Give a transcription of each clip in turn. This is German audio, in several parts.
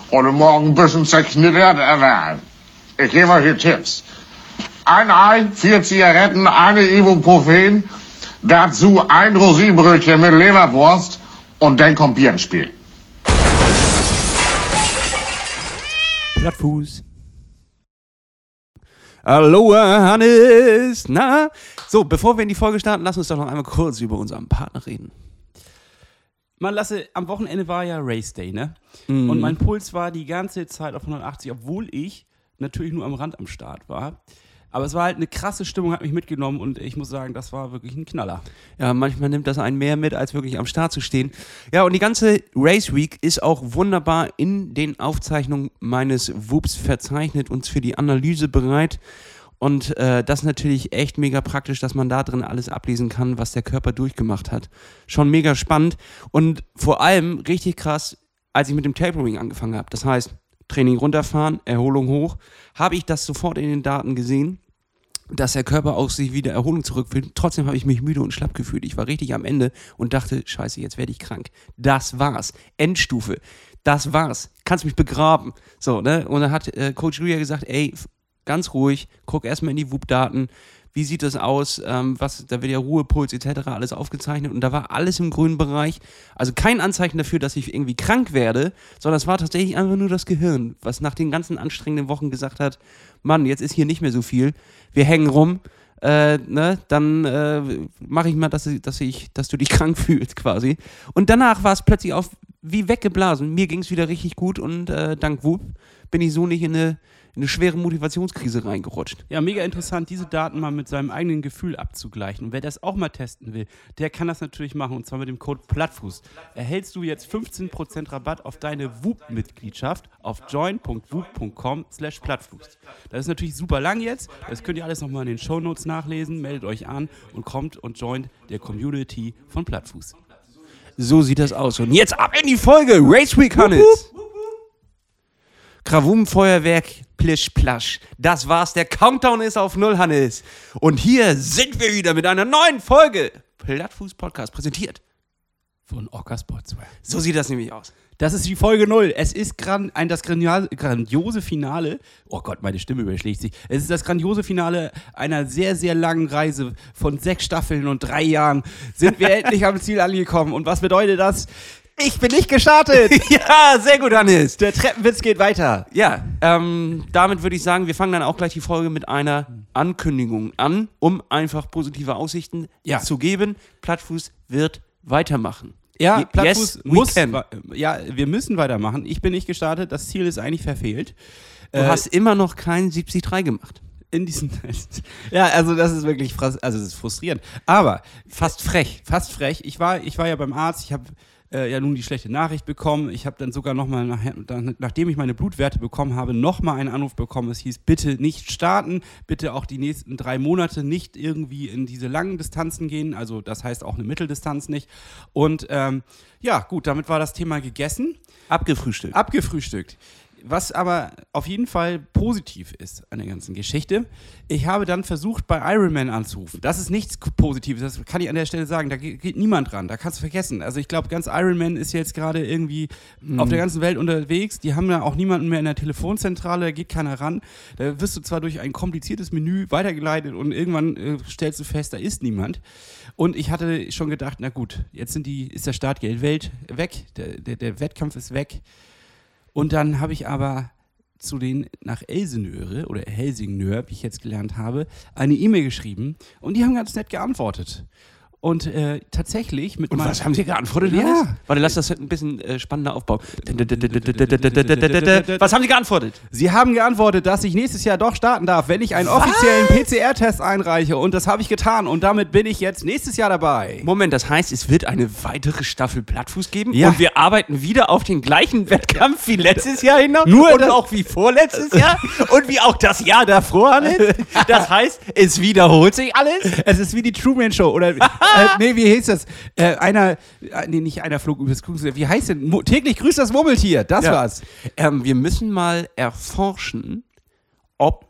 Heute Morgen ein bisschen zerknittert, aber ich gebe euch hier Tipps. Ein Ei, 4 Zigaretten, eine Ibuprofen, dazu ein Rosinenbrötchen mit Leberwurst und dann kommt Bier ins Spiel. Plattfuß. Hallo, Hannes. Na? So, bevor wir in die Folge starten, lass uns doch noch einmal kurz über unseren Partner reden. Man lasse, am Wochenende war ja Race Day, ne? Und mein Puls war die ganze Zeit auf 180, obwohl ich natürlich nur am Rand am Start war. Aber es war halt eine krasse Stimmung, hat mich mitgenommen und ich muss sagen, das war wirklich ein Knaller. Ja, manchmal nimmt das einen mehr mit, als wirklich am Start zu stehen. Ja, und die ganze Race Week ist auch wunderbar in den Aufzeichnungen meines WUPs verzeichnet und für die Analyse bereit. Und das ist natürlich echt mega praktisch, dass man da drin alles ablesen kann, was der Körper durchgemacht hat. Schon mega spannend und vor allem richtig krass, als ich mit dem Tapering angefangen habe. Das heißt, Training runterfahren, Erholung hoch, habe ich das sofort in den Daten gesehen, dass der Körper auch sich wieder Erholung zurückfühlt. Trotzdem habe ich mich müde und schlapp gefühlt. Ich war richtig am Ende und dachte, scheiße, jetzt werde ich krank. Das war's. Endstufe. Das war's. Kannst mich begraben. So, ne? Und dann hat Coach Julia gesagt, ey, ganz ruhig, guck erstmal in die WUP-Daten, wie sieht das aus, da wird ja Ruhepuls etc. alles aufgezeichnet und da war alles im grünen Bereich, also kein Anzeichen dafür, dass ich irgendwie krank werde, sondern es war tatsächlich einfach nur das Gehirn, was nach den ganzen anstrengenden Wochen gesagt hat, Mann, jetzt ist hier nicht mehr so viel, wir hängen rum, dann mache ich mal, dass du dich krank fühlst quasi. Und danach war es plötzlich auch wie weggeblasen, mir ging es wieder richtig gut und dank WUP bin ich so nicht in eine schwere Motivationskrise reingerutscht. Ja, mega interessant, diese Daten mal mit seinem eigenen Gefühl abzugleichen. Und wer das auch mal testen will, der kann das natürlich machen, und zwar mit dem Code Plattfuß. Erhältst du jetzt 15% Rabatt auf deine WUP-Mitgliedschaft auf join.wup.com/Plattfuß. Das ist natürlich super lang jetzt, das könnt ihr alles nochmal in den Shownotes nachlesen, meldet euch an und kommt und joint der Community von Plattfuß. So sieht das aus. Und jetzt ab in die Folge, Race Week, Hannes! Krawum-Feuerwerk, plisch, plasch. Das war's, der Countdown ist auf 0, Hannes. Und hier sind wir wieder mit einer neuen Folge. Plattfuß-Podcast, präsentiert Von Orca Sportswear. So sieht das nämlich aus. Das ist die Folge 0. Es ist das grandiose Finale. Oh Gott, meine Stimme überschlägt sich. Es ist das grandiose Finale einer sehr, sehr langen Reise von 6 Staffeln und 3 Jahren. Sind wir endlich am Ziel angekommen. Und was bedeutet das? Ich bin nicht gestartet. Ja, sehr gut, Hannes. Der Treppenwitz geht weiter. Ja, damit würde ich sagen, wir fangen dann auch gleich die Folge mit einer Ankündigung an, um einfach positive Aussichten zu geben. Plattfuß wird weitermachen. Ja, Plattfuß muss. Ja, wir müssen weitermachen. Ich bin nicht gestartet. Das Ziel ist eigentlich verfehlt. Du hast immer noch keinen 73 gemacht. In diesen ja, also das ist wirklich das ist frustrierend. Aber fast frech. Fast frech. Ich war ja beim Arzt. Ich habe ja nun die schlechte Nachricht bekommen. Ich habe dann sogar nochmal, nachdem ich meine Blutwerte bekommen habe, nochmal einen Anruf bekommen. Es hieß, bitte nicht starten, bitte auch die nächsten 3 Monate nicht irgendwie in diese langen Distanzen gehen, also das heißt auch eine Mitteldistanz nicht. Und ja, gut, damit war das Thema gegessen. Abgefrühstückt. Was aber auf jeden Fall positiv ist an der ganzen Geschichte, ich habe dann versucht, bei Ironman anzurufen. Das ist nichts Positives, das kann ich an der Stelle sagen, da geht niemand ran, da kannst du vergessen. Also ich glaube, ganz Ironman ist jetzt gerade irgendwie auf der ganzen Welt unterwegs, die haben ja auch niemanden mehr in der Telefonzentrale, da geht keiner ran. Da wirst du zwar durch ein kompliziertes Menü weitergeleitet und irgendwann stellst du fest, da ist niemand. Und ich hatte schon gedacht, na gut, jetzt ist der Startgeld weg, der Wettkampf ist weg. Und dann habe ich aber nach Elsenöre oder Helsingör, wie ich jetzt gelernt habe, eine E-Mail geschrieben und die haben ganz nett geantwortet. Und tatsächlich mit was haben Sie geantwortet? Ja. Warte, lass das ein bisschen spannender aufbauen. Was haben Sie geantwortet? Sie haben geantwortet, dass ich nächstes Jahr doch starten darf, wenn ich einen offiziellen PCR-Test einreiche. Und das habe ich getan. Und damit bin ich jetzt nächstes Jahr dabei. Moment, das heißt, es wird eine weitere Staffel Plattfuß geben? Ja. Und wir arbeiten wieder auf den gleichen Wettkampf wie letztes Jahr hinaus? Und auch wie vorletztes Jahr? Und wie auch das Jahr davor, Hannes? Das heißt, es wiederholt sich alles? Es ist wie die Truman Show. Oder nee, wie hieß das? Nicht einer flog übers Kuchen. Wie heißt denn? Täglich grüßt das Murmeltier. Das war's. Wir müssen mal erforschen, ob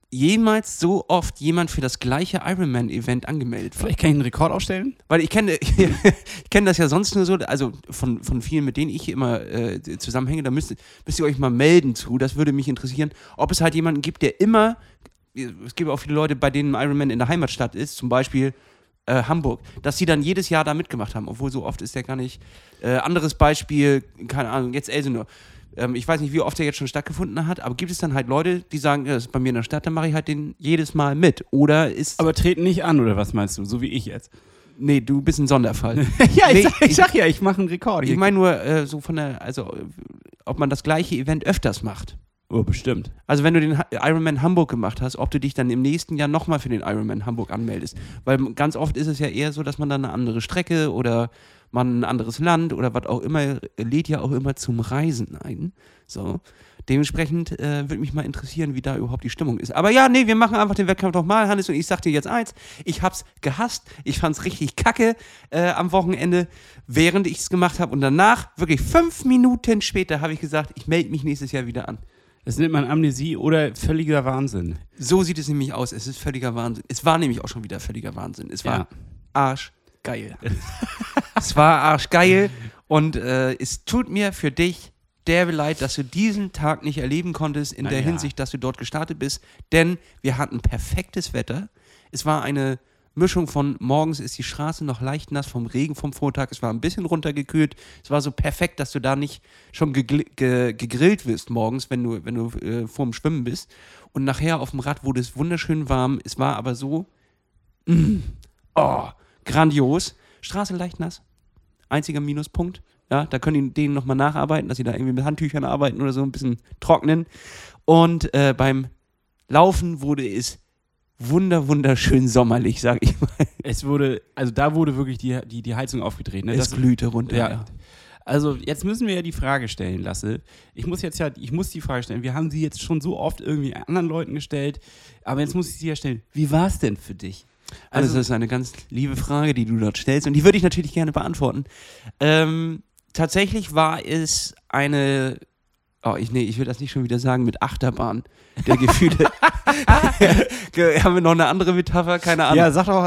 jemals so oft jemand für das gleiche Ironman-Event angemeldet war. Vielleicht kann ich einen Rekord aufstellen? Weil ich kenne das ja sonst nur so, also von vielen, mit denen ich immer zusammenhänge, da müsst ihr euch mal melden zu, das würde mich interessieren, ob es halt jemanden gibt, der immer, es gibt auch viele Leute, bei denen Ironman in der Heimatstadt ist, zum Beispiel Hamburg, dass sie dann jedes Jahr da mitgemacht haben, obwohl so oft ist der gar nicht. Anderes Beispiel, keine Ahnung, jetzt Elsenor. Ich weiß nicht, wie oft der jetzt schon stattgefunden hat, aber gibt es dann halt Leute, die sagen, das ist bei mir in der Stadt, dann mache ich halt den jedes Mal mit. Oder ist... Aber treten nicht an, oder was meinst du? So wie ich jetzt. Nee, du bist ein Sonderfall. Ja, Nee, ich sag ja, ich mache einen Rekord. Ich meine nur, so von der, also, ob man das gleiche Event öfters macht. Oh, bestimmt. Also wenn du den Ironman Hamburg gemacht hast, ob du dich dann im nächsten Jahr nochmal für den Ironman Hamburg anmeldest. Weil ganz oft ist es ja eher so, dass man dann eine andere Strecke oder man ein anderes Land oder was auch immer, lädt ja auch immer zum Reisen ein. So. Dementsprechend würde mich mal interessieren, wie da überhaupt die Stimmung ist. Aber ja, nee, wir machen einfach den Wettkampf nochmal, Hannes, und ich sag dir jetzt eins, ich hab's gehasst, ich fand's richtig kacke am Wochenende, während ich es gemacht habe und danach, wirklich 5 Minuten später, habe ich gesagt, ich melde mich nächstes Jahr wieder an. Das nennt man Amnesie oder völliger Wahnsinn. So sieht es nämlich aus, es ist völliger Wahnsinn. Es war nämlich auch schon wieder völliger Wahnsinn. Es war arschgeil. Es war arschgeil und es tut mir für dich derbe leid, dass du diesen Tag nicht erleben konntest in der Hinsicht, dass du dort gestartet bist, denn wir hatten perfektes Wetter. Es war eine Mischung von morgens ist die Straße noch leicht nass vom Regen vom Vortag, es war ein bisschen runtergekühlt, es war so perfekt, dass du da nicht schon gegrillt wirst morgens, wenn du vorm Schwimmen bist und nachher auf dem Rad wurde es wunderschön warm, es war aber so grandios, Straße leicht nass, einziger Minuspunkt, ja, da können die denen nochmal nacharbeiten, dass sie da irgendwie mit Handtüchern arbeiten oder so, ein bisschen trocknen und beim Laufen wurde es wunderschön sommerlich, sag ich mal. Da wurde wirklich die Heizung aufgedreht. Ne? Es glühte runter. Ja. Also jetzt müssen wir ja die Frage stellen, Lasse. Ich muss die Frage stellen. Wir haben sie jetzt schon so oft irgendwie anderen Leuten gestellt, aber jetzt muss ich sie ja stellen. Wie war es denn für dich? Also das ist eine ganz liebe Frage, die du dort stellst und die würde ich natürlich gerne beantworten. Tatsächlich war es eine... ich will das nicht schon wieder sagen, mit Achterbahn der Gefühle. Haben wir noch eine andere Metapher? Keine Ahnung. Ja, sag doch,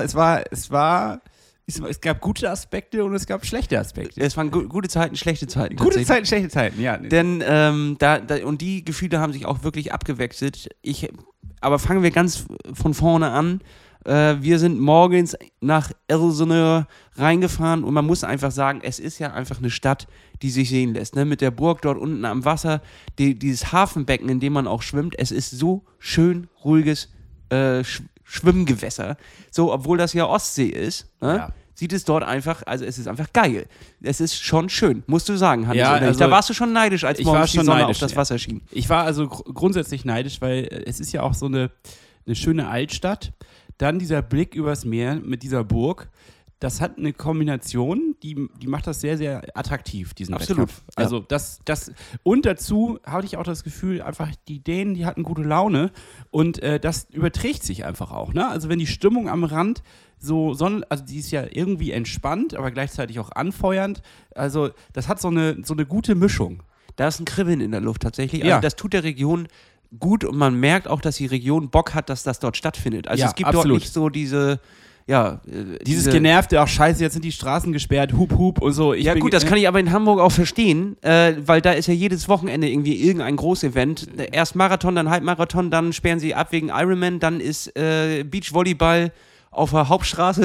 es gab gute Aspekte und es gab schlechte Aspekte. Es waren gute Zeiten, schlechte Zeiten. Gute Zeiten, schlechte Zeiten, ja. Denn und die Gefühle haben sich auch wirklich abgewechselt. Aber fangen wir ganz von vorne an. Wir sind morgens nach Elseneur reingefahren und man muss einfach sagen, es ist ja einfach eine Stadt, die sich sehen lässt. Ne? Mit der Burg dort unten am Wasser, dieses Hafenbecken, in dem man auch schwimmt, es ist so schön ruhiges Schwimmgewässer. So, obwohl das ja Ostsee ist, ne? Ja. Sieht es dort einfach, also es ist einfach geil. Es ist schon schön, musst du sagen, Hannes. Ja, also da warst du schon neidisch, als morgens die Sonne auf das Wasser schien. Ich war also grundsätzlich neidisch, weil es ist ja auch so eine schöne Altstadt. Dann dieser Blick übers Meer mit dieser Burg, das hat eine Kombination, die macht das sehr, sehr attraktiv, diesen Absolut. Wettkampf. Also und dazu hatte ich auch das Gefühl, einfach die Dänen, die hatten gute Laune und das überträgt sich einfach auch. Ne? Also wenn die Stimmung am Rand also die ist ja irgendwie entspannt, aber gleichzeitig auch anfeuernd. Also das hat so eine gute Mischung. Da ist ein Kribbeln in der Luft tatsächlich. Also das tut der Region gut und man merkt auch, dass die Region Bock hat, dass das dort stattfindet. Also es gibt dort nicht so dieses genervte, ach scheiße, jetzt sind die Straßen gesperrt, hup hup und so. Das kann ich aber in Hamburg auch verstehen, weil da ist ja jedes Wochenende irgendwie irgendein Großevent. Erst Marathon, dann Halbmarathon, dann sperren sie ab wegen Ironman, dann ist Beachvolleyball auf der Hauptstraße.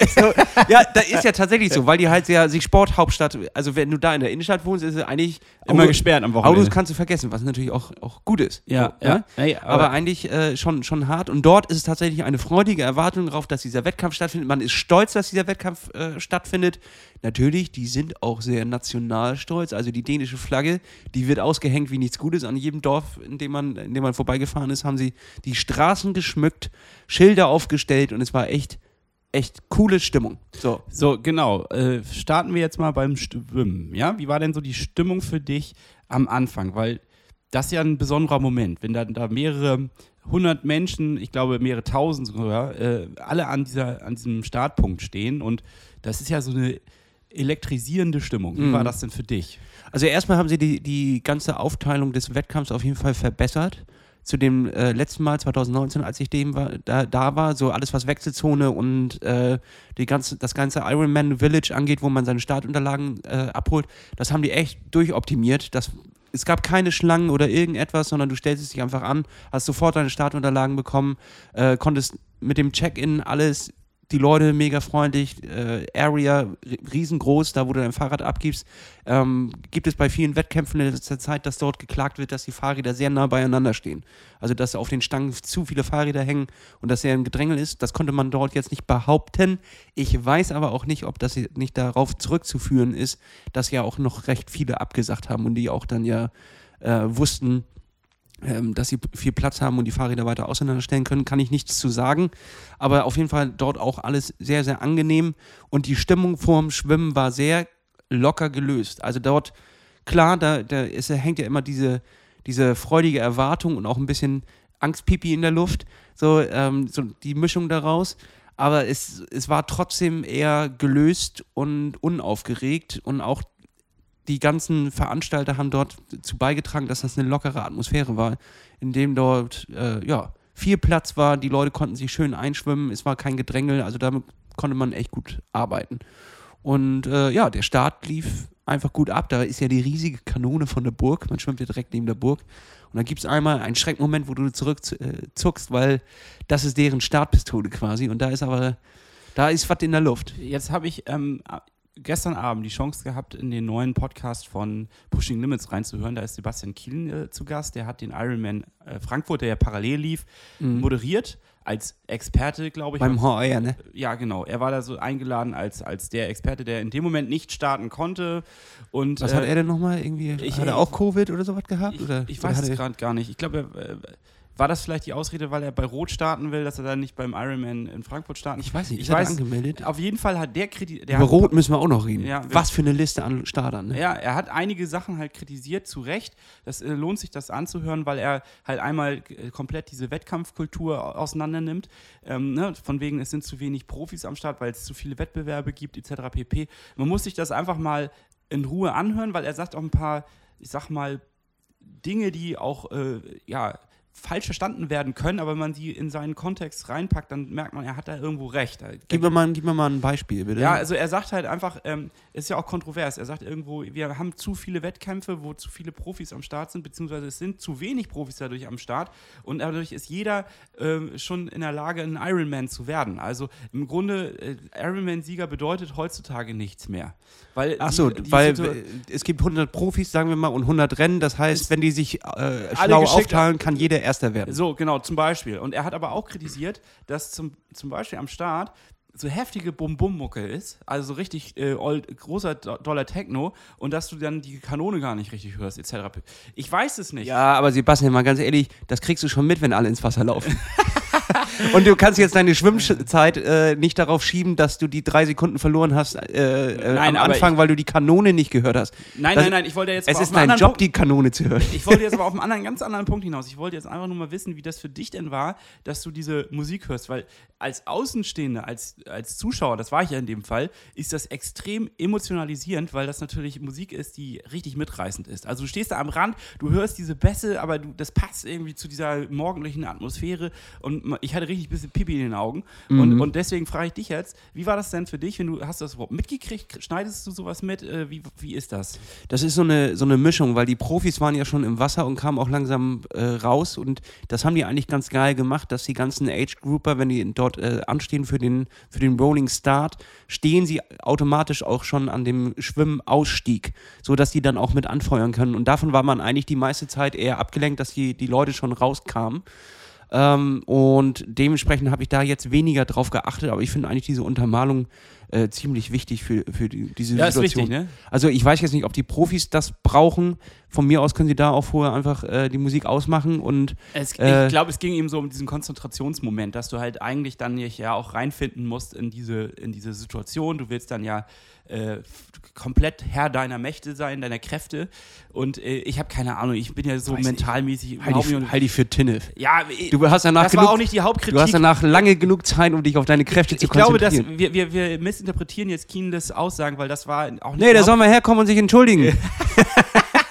Ja, da ist ja tatsächlich so, weil die halt sich Sporthauptstadt, also wenn du da in der Innenstadt wohnst, ist es eigentlich immer gesperrt am Wochenende. Autos kannst du vergessen, was natürlich auch gut ist. Ja, so, ja. Aber eigentlich schon hart. Und dort ist es tatsächlich eine freudige Erwartung darauf, dass dieser Wettkampf stattfindet. Man ist stolz, dass dieser Wettkampf stattfindet. Natürlich, die sind auch sehr national stolz. Also die dänische Flagge, die wird ausgehängt wie nichts Gutes. An jedem Dorf, in dem man vorbeigefahren ist, haben sie die Straßen geschmückt, Schilder aufgestellt und es war echt coole Stimmung. So genau. Starten wir jetzt mal beim Schwimmen. Ja? Wie war denn so die Stimmung für dich am Anfang? Weil das ist ja ein besonderer Moment, wenn da mehrere 100 Menschen, ich glaube mehrere tausend sogar, alle an diesem Startpunkt stehen und das ist ja so eine elektrisierende Stimmung. Wie war das denn für dich? Also erstmal haben sie die ganze Aufteilung des Wettkampfs auf jeden Fall verbessert. zu dem letzten Mal 2019, als ich da war, so alles was Wechselzone und das ganze Ironman Village angeht, wo man seine Startunterlagen abholt, das haben die echt durchoptimiert. Es gab keine Schlangen oder irgendetwas, sondern du stellst dich einfach an, hast sofort deine Startunterlagen bekommen, konntest mit dem Check-in alles, die Leute mega freundlich, Area riesengroß, da wo du dein Fahrrad abgibst. Gibt es bei vielen Wettkämpfen in letzter Zeit, dass dort geklagt wird, dass die Fahrräder sehr nah beieinander stehen. Also dass auf den Stangen zu viele Fahrräder hängen und dass sehr ein Gedrängel ist. Das konnte man dort jetzt nicht behaupten. Ich weiß aber auch nicht, ob das nicht darauf zurückzuführen ist, dass ja auch noch recht viele abgesagt haben und die auch dann ja wussten, dass sie viel Platz haben und die Fahrräder weiter auseinanderstellen können, kann ich nichts zu sagen. Aber auf jeden Fall dort auch alles sehr, sehr angenehm. Und die Stimmung vorm Schwimmen war sehr locker gelöst. Also dort, klar, hängt ja immer diese freudige Erwartung und auch ein bisschen Angstpipi in der Luft. So die Mischung daraus. Aber es war trotzdem eher gelöst und unaufgeregt und auch die ganzen Veranstalter haben dort dazu beigetragen, dass das eine lockere Atmosphäre war, in dem dort viel Platz war, die Leute konnten sich schön einschwimmen, es war kein Gedrängel, also damit konnte man echt gut arbeiten. Und der Start lief einfach gut ab, da ist ja die riesige Kanone von der Burg, man schwimmt ja direkt neben der Burg und dann gibt es einmal einen Schreckmoment, wo du zurückzuckst, weil das ist deren Startpistole quasi und da ist was in der Luft. Jetzt habe ich gestern Abend die Chance gehabt, in den neuen Podcast von Pushing Limits reinzuhören. Da ist Sebastian Kiel zu Gast. Der hat den Ironman Frankfurt, der ja parallel lief, moderiert. Als Experte, glaube ich. Beim HR, ne? Ja, genau. Er war da so eingeladen als der Experte, der in dem Moment nicht starten konnte. Und, was hat er denn nochmal irgendwie? Hat er auch Covid oder sowas gehabt? Ich weiß es gerade gar nicht. Ich glaube, war das vielleicht die Ausrede, weil er bei Rot starten will, dass er dann nicht beim Ironman in Frankfurt starten? Ich weiß nicht, ist er angemeldet? Auf jeden Fall hat der Über Rot müssen wir auch noch reden. Ja, was für eine Liste an Startern. Ne? Ja, er hat einige Sachen halt kritisiert, zu Recht. Das lohnt sich, das anzuhören, weil er halt einmal komplett diese Wettkampfkultur auseinander nimmt. Von wegen, es sind zu wenig Profis am Start, weil es zu viele Wettbewerbe gibt, etc. pp. Man muss sich das einfach mal in Ruhe anhören, weil er sagt auch ein paar, ich sag mal, Dinge, die auch, falsch verstanden werden können, aber wenn man sie in seinen Kontext reinpackt, dann merkt man, er hat da irgendwo recht. Gib mir mal ein Beispiel, bitte. Ja, also er sagt halt einfach, ist ja auch kontrovers, er sagt irgendwo, wir haben zu viele Wettkämpfe, wo zu viele Profis am Start sind, beziehungsweise es sind zu wenig Profis dadurch am Start und dadurch ist jeder schon in der Lage, ein Ironman zu werden. Also im Grunde, Ironman-Sieger bedeutet heutzutage nichts mehr. Weil es gibt 100 Profis, sagen wir mal, und 100 Rennen, das heißt, wenn die sich schlau aufteilen, kann jeder Erster werden. So, genau, zum Beispiel. Und er hat aber auch kritisiert, dass zum Beispiel am Start so heftige Bum-Bum-Mucke ist, also so richtig großer, doller Techno und dass du dann die Kanone gar nicht richtig hörst, etc. Ich weiß es nicht. Ja, aber Sebastian, mal ganz ehrlich, das kriegst du schon mit, wenn alle ins Wasser laufen. Und du kannst jetzt deine Schwimmzeit nicht darauf schieben, dass du die 3 Sekunden verloren hast am Anfang, weil du die Kanone nicht gehört hast. Nein, ich wollte jetzt es ist dein Job, die Kanone zu hören. Ich wollte jetzt aber auf einen ganz anderen Punkt hinaus. Ich wollte jetzt einfach nur mal wissen, wie das für dich denn war, dass du diese Musik hörst, weil als Außenstehender, als Zuschauer, das war ich ja in dem Fall, ist das extrem emotionalisierend, weil das natürlich Musik ist, die richtig mitreißend ist. Also du stehst da am Rand, du hörst diese Bässe, aber das passt irgendwie zu dieser morgendlichen Atmosphäre und ich hatte richtig ein bisschen Pipi in den Augen und deswegen frage ich dich jetzt, wie war das denn für dich, hast du das überhaupt mitgekriegt? Schneidest du sowas mit? Wie ist das? Das ist so eine Mischung, weil die Profis waren ja schon im Wasser und kamen auch langsam raus und das haben die eigentlich ganz geil gemacht, dass die ganzen Age-Grouper, wenn die dort anstehen für den Rolling Start, stehen sie automatisch auch schon an dem Schwimmausstieg, sodass die dann auch mit anfeuern können und davon war man eigentlich die meiste Zeit eher abgelenkt, dass die Leute schon rauskamen. Und dementsprechend habe ich da jetzt weniger drauf geachtet, aber ich finde eigentlich diese Untermalung ziemlich wichtig für diese ja, Situation. Ist wichtig, ne? Also ich weiß jetzt nicht, ob die Profis das brauchen. Von mir aus können sie da auch vorher einfach die Musik ausmachen und ich glaube, es ging eben so um diesen Konzentrationsmoment, dass du halt eigentlich dann ja auch reinfinden musst in diese Situation. Du willst dann ja komplett Herr deiner Mächte sein, deiner Kräfte und ich habe keine Ahnung, ich bin ja so mentalmäßig halt die für Tinne. Ja, du hast danach das war auch nicht die Hauptkritik. Du hast danach lange genug Zeit, um dich auf deine Kräfte zu konzentrieren. Ich glaube, dass wir missinterpretieren jetzt Kienles Aussagen, weil das war auch nicht... Nee, der soll mal herkommen und sich entschuldigen.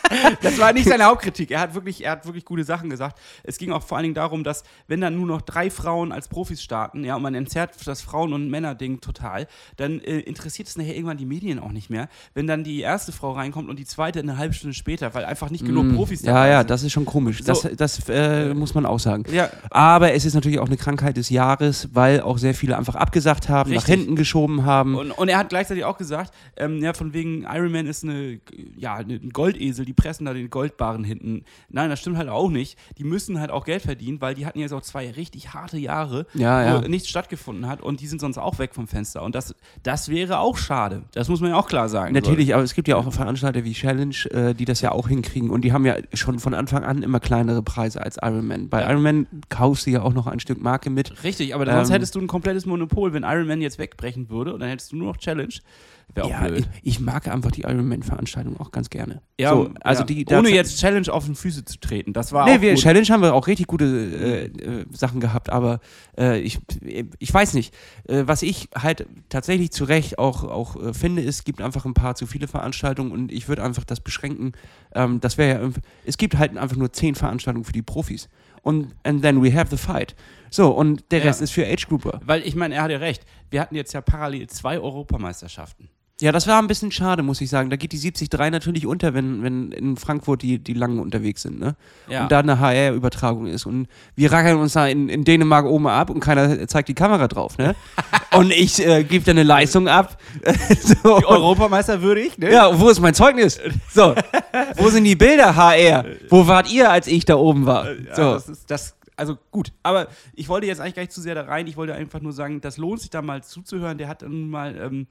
Das war nicht seine Hauptkritik. Er hat wirklich gute Sachen gesagt. Es ging auch vor allen Dingen darum, dass, wenn dann nur noch 3 Frauen als Profis starten, ja, und man entzerrt das Frauen- und Männer-Ding total, dann interessiert es nachher irgendwann die Medien auch nicht mehr, wenn dann die erste Frau reinkommt und die zweite eine halbe Stunde später, weil einfach nicht genug Profis dabei sind. Ja, das ist schon komisch. So. Das muss man auch sagen. Ja. Aber es ist natürlich auch eine Krankheit des Jahres, weil auch sehr viele einfach abgesagt haben, Richtig. nach hinten geschoben haben. Und er hat gleichzeitig auch gesagt, von wegen Iron Man ist ein Goldesel, die pressen da den Goldbarren hinten. Nein, das stimmt halt auch nicht. Die müssen halt auch Geld verdienen, weil die hatten jetzt auch 2 richtig harte Jahre, wo nichts stattgefunden hat und die sind sonst auch weg vom Fenster. Und das wäre auch schade. Das muss man ja auch klar sagen. Natürlich, aber es gibt ja auch Veranstalter wie Challenge, die das ja auch hinkriegen und die haben ja schon von Anfang an immer kleinere Preise als Iron Man. Bei Iron Man kaufst du ja auch noch ein Stück Marke mit. Richtig, aber sonst hättest du ein komplettes Monopol, wenn Iron Man jetzt wegbrechen würde und dann hättest du nur noch Challenge. Wäre auch blöd. Ich mag einfach die Iron Man-Veranstaltung auch ganz gerne. Ja, so, also ohne jetzt Challenge auf den Füße zu treten. Das war auch gut. Challenge haben wir auch richtig gute Sachen gehabt, aber ich weiß nicht. Was ich halt tatsächlich zu Recht auch finde, es gibt einfach ein paar zu viele Veranstaltungen und ich würde einfach das beschränken. Das wäre ja, es gibt halt einfach nur 10 Veranstaltungen für die Profis. And then we have the fight. So, und der Rest ist für Age-Grouper. Weil, ich meine, er hat ja recht. Wir hatten jetzt ja parallel 2 Europameisterschaften. Ja, das war ein bisschen schade, muss ich sagen. Da geht die 73 natürlich unter, wenn in Frankfurt die Langen unterwegs sind, ne? Ja. Und da eine HR-Übertragung ist. Und wir rackern uns da in Dänemark oben ab und keiner zeigt die Kamera drauf, ne? Und ich gebe da eine Leistung ab. So. Die Europameister würdig, ne? Ja, wo ist mein Zeugnis? So, wo sind die Bilder, HR? Wo wart ihr, als ich da oben war? So. Ja, also gut, aber ich wollte jetzt eigentlich gar nicht zu sehr da rein. Ich wollte einfach nur sagen, das lohnt sich da mal zuzuhören. Der hat dann mal,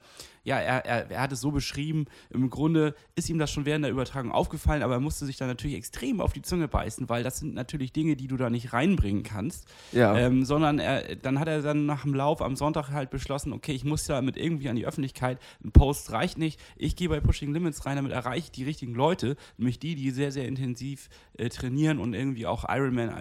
er hat es so beschrieben, im Grunde ist ihm das schon während der Übertragung aufgefallen, aber er musste sich da natürlich extrem auf die Zunge beißen, weil das sind natürlich Dinge, die du da nicht reinbringen kannst. Ja. Sondern dann hat er dann nach dem Lauf am Sonntag halt beschlossen, okay, ich muss ja mit irgendwie an die Öffentlichkeit, ein Post reicht nicht, ich gehe bei Pushing Limits rein, damit erreiche ich die richtigen Leute, nämlich die sehr, sehr intensiv trainieren und irgendwie auch Ironman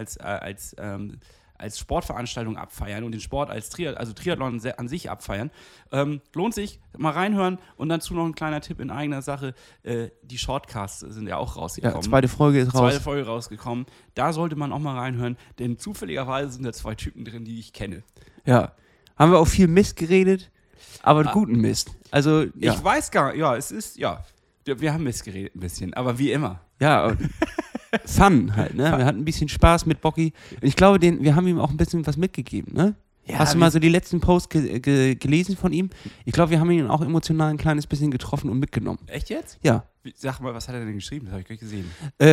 als Sportveranstaltung abfeiern und den Sport als Triathlon an sich abfeiern. Lohnt sich, mal reinhören und dazu noch ein kleiner Tipp in eigener Sache. Die Shortcasts sind ja auch rausgekommen. Ja, zweite Folge ist raus. Zweite Folge rausgekommen. Da sollte man auch mal reinhören, denn zufälligerweise sind da 2 Typen drin, die ich kenne. Ja. Haben wir auch viel Mist geredet, aber guten Mist. Also, ja. Ich weiß gar nicht, wir haben Mist geredet ein bisschen, aber wie immer. Ja, Fun halt, ne? Wir hatten ein bisschen Spaß mit Bocky. Und ich glaube, wir haben ihm auch ein bisschen was mitgegeben, ne? Ja, hast du mal so die letzten Posts gelesen von ihm? Ich glaube, wir haben ihn auch emotional ein kleines bisschen getroffen und mitgenommen. Echt jetzt? Ja. Sag mal, was hat er denn geschrieben? Das habe ich gar nicht gesehen.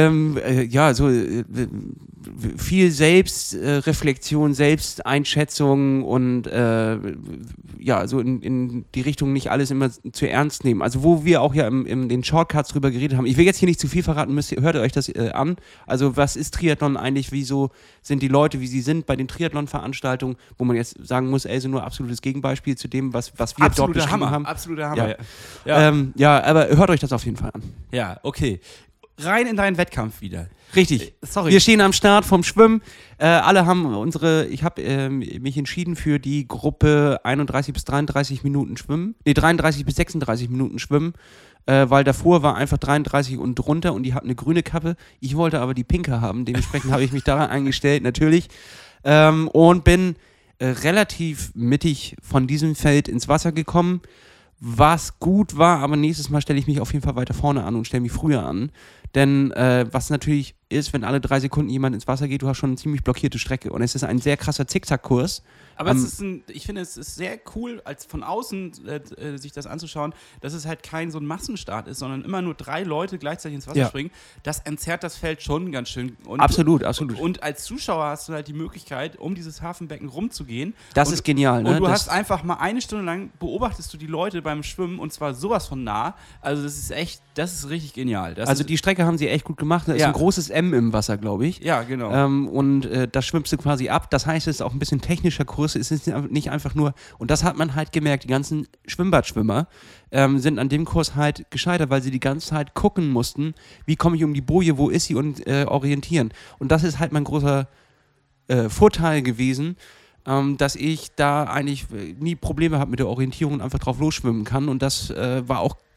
Viel Selbstreflexion, Selbsteinschätzung und so in die Richtung nicht alles immer zu ernst nehmen. Also wo wir auch ja in den Shortcuts drüber geredet haben. Ich will jetzt hier nicht zu viel verraten, hört euch das an. Also was ist Triathlon eigentlich? Wieso sind die Leute, wie sie sind bei den Triathlon-Veranstaltungen, wo man jetzt sagen muss, so nur absolutes Gegenbeispiel zu dem, was wir dort beschrieben haben. Absoluter Hammer. Ja, aber hört euch das auf jeden Fall an. Ja, okay. Rein in deinen Wettkampf wieder. Richtig. Sorry. Wir stehen am Start vom Schwimmen. Alle haben ich habe mich entschieden für die Gruppe 31 bis 33 Minuten Schwimmen. 33 bis 36 Minuten Schwimmen. Weil davor war einfach 33 und drunter und die hatten eine grüne Kappe. Ich wollte aber die pinke haben. Dementsprechend habe ich mich daran eingestellt, natürlich. Und bin relativ mittig von diesem Feld ins Wasser gekommen. Was gut war, aber nächstes Mal stelle ich mich auf jeden Fall weiter vorne an und stelle mich früher an. Denn was natürlich ist, wenn alle 3 Sekunden jemand ins Wasser geht, du hast schon eine ziemlich blockierte Strecke. Und es ist ein sehr krasser Zickzackkurs. Aber ich finde, es ist sehr cool, als von außen sich das anzuschauen, dass es halt kein so ein Massenstart ist, sondern immer nur 3 Leute gleichzeitig ins Wasser springen. Das entzerrt das Feld schon ganz schön. Und, absolut. Und als Zuschauer hast du halt die Möglichkeit, um dieses Hafenbecken rumzugehen. Das ist genial, ne? Und du hast einfach mal 1 Stunde lang, beobachtest du die Leute beim Schwimmen und zwar sowas von nah. Also das ist richtig genial. Die Strecke haben sie echt gut gemacht. Da ist ein großes M im Wasser, glaube ich. Ja, genau. Und das schwimmst du quasi ab. Das heißt, es ist auch ein bisschen technischer Kurs. Es ist nicht einfach nur, und das hat man halt gemerkt, die ganzen Schwimmbadschwimmer sind an dem Kurs halt gescheitert, weil sie die ganze Zeit gucken mussten, wie komme ich um die Boje, wo ist sie und orientieren. Und das ist halt mein großer Vorteil gewesen, dass ich da eigentlich nie Probleme habe mit der Orientierung und einfach drauf losschwimmen kann. Und das war auch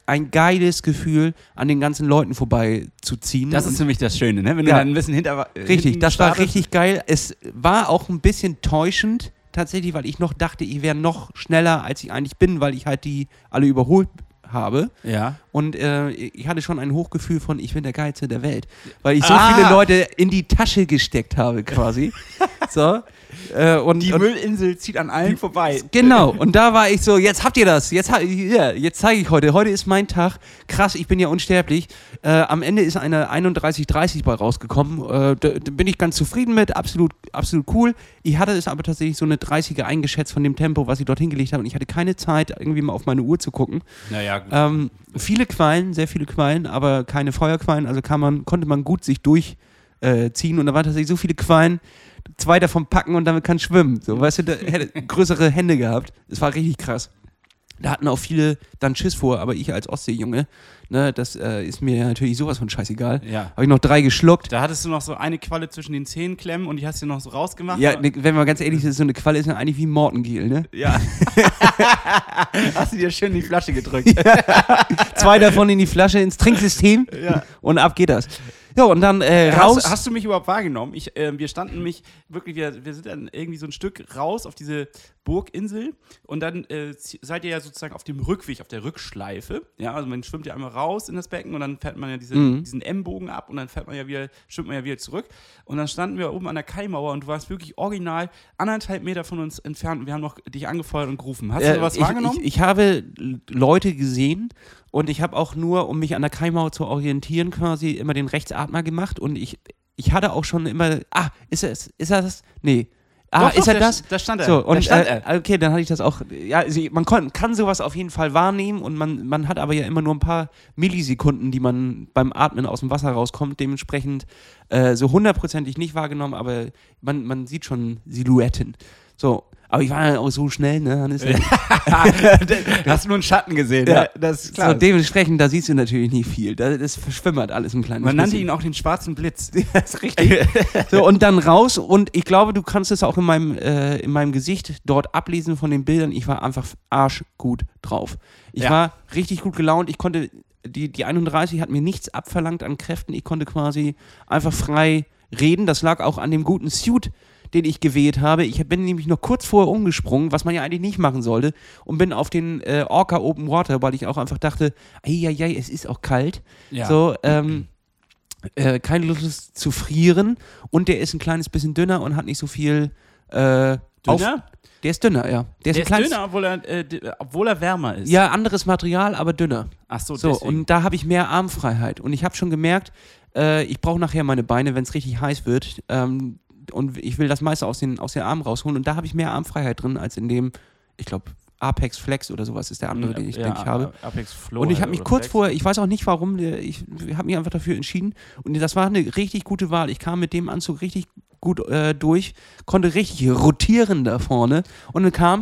ein geiles Gefühl, an den ganzen Leuten vorbeizuziehen. Das ist nämlich das Schöne, ne? Wenn du dann ein bisschen Richtig, das war richtig geil. Es war auch ein bisschen täuschend, tatsächlich, weil ich noch dachte, ich wäre noch schneller, als ich eigentlich bin, weil ich halt die alle überholt habe. Ja. Und ich hatte schon ein Hochgefühl von, ich bin der Geilste der Welt. Weil ich so viele Leute in die Tasche gesteckt habe, quasi. So. Und Müllinsel zieht an allen vorbei. Genau, und da war ich so, jetzt habt ihr das, jetzt zeige ich heute ist mein Tag, krass, ich bin ja unsterblich, am Ende ist eine 31:30 bei rausgekommen, da bin ich ganz zufrieden mit, absolut cool, ich hatte es aber tatsächlich so eine 30er eingeschätzt von dem Tempo, was ich dort hingelegt habe und ich hatte keine Zeit, irgendwie mal auf meine Uhr zu gucken. Naja, gut. Viele Quallen, sehr viele Quallen, aber keine Feuerquallen, also konnte man gut sich durchziehen und da waren tatsächlich so viele Quallen, 2 davon packen und damit kann schwimmen. So, weißt du, da hätte größere Hände gehabt. Es war richtig krass. Da hatten auch viele dann Schiss vor, aber ich als Ostseejunge, ne, das ist mir natürlich sowas von scheißegal. Ja. Habe ich noch 3 geschluckt. Da hattest du noch so eine Qualle zwischen den Zähnen klemmen und die hast du noch so rausgemacht. Ja, wenn wir ganz ehrlich sind, so eine Qualle ist ja eigentlich wie Mortengel, ne? Ja. Hast du dir schön in die Flasche gedrückt. Ja. 2 davon in die Flasche, ins Trinksystem und ab geht das. Ja, und dann raus. Hast du mich überhaupt wahrgenommen? Wir standen nämlich wirklich, wir sind dann irgendwie so ein Stück raus auf diese Burginsel und dann seid ihr ja sozusagen auf dem Rückweg, auf der Rückschleife. Ja, also man schwimmt ja einmal raus in das Becken und dann fährt man ja diesen M-Bogen ab und dann schwimmt man ja wieder zurück. Und dann standen wir oben an der Kaimauer und du warst wirklich original 1,5 Meter von uns entfernt und wir haben noch dich angefeuert und gerufen. Hast du sowas wahrgenommen? Ich habe Leute gesehen und ich habe auch nur, um mich an der Kaimauer zu orientieren, quasi immer den Rechtsatmer gemacht und ich hatte auch schon immer, ist er das? Nee. Doch, ist er das? Da stand er. So, und, da stand er. Okay, dann hatte ich das auch. Ja, also man kann sowas auf jeden Fall wahrnehmen und man hat aber ja immer nur ein paar Millisekunden, die man beim Atmen aus dem Wasser rauskommt. Dementsprechend so hundertprozentig nicht wahrgenommen, aber man sieht schon Silhouetten. So. Aber ich war ja auch so schnell, ne? Dann ist du hast nur einen Schatten gesehen, ja. Ne? Das ist klar. So, dementsprechend, da siehst du natürlich nicht viel. Das verschwimmert alles ein kleines bisschen. Man nannte ihn auch den schwarzen Blitz. Das ist richtig. So, und dann raus und ich glaube, du kannst es auch in meinem Gesicht dort ablesen von den Bildern. Ich war einfach arschgut drauf. Ich war richtig gut gelaunt. Ich konnte, die 31 hat mir nichts abverlangt an Kräften. Ich konnte quasi einfach frei reden. Das lag auch an dem guten Suit, den ich gewählt habe. Ich bin nämlich noch kurz vorher umgesprungen, was man ja eigentlich nicht machen sollte, und bin auf den Orca Open Water, weil ich auch einfach dachte, es ist auch kalt. Ja. So, keine Lust zu frieren und der ist ein kleines bisschen dünner und hat nicht so viel Dünner? Der ist dünner, ja. Der ist dünner, obwohl er wärmer ist. Ja, anderes Material, aber dünner. Ach so, so deswegen. Und da habe ich mehr Armfreiheit. Und ich habe schon gemerkt, ich brauche nachher meine Beine, wenn es richtig heiß wird. Und ich will das meiste aus den Armen rausholen. Und da habe ich mehr Armfreiheit drin, als in dem, ich glaube, Apex Flex oder sowas ist der andere, den ich denke ich habe. Apex Flow. Und ich habe mich kurz vorher, ich weiß auch nicht warum, ich habe mich einfach dafür entschieden. Und das war eine richtig gute Wahl. Ich kam mit dem Anzug richtig gut durch, konnte richtig rotieren da vorne und dann kam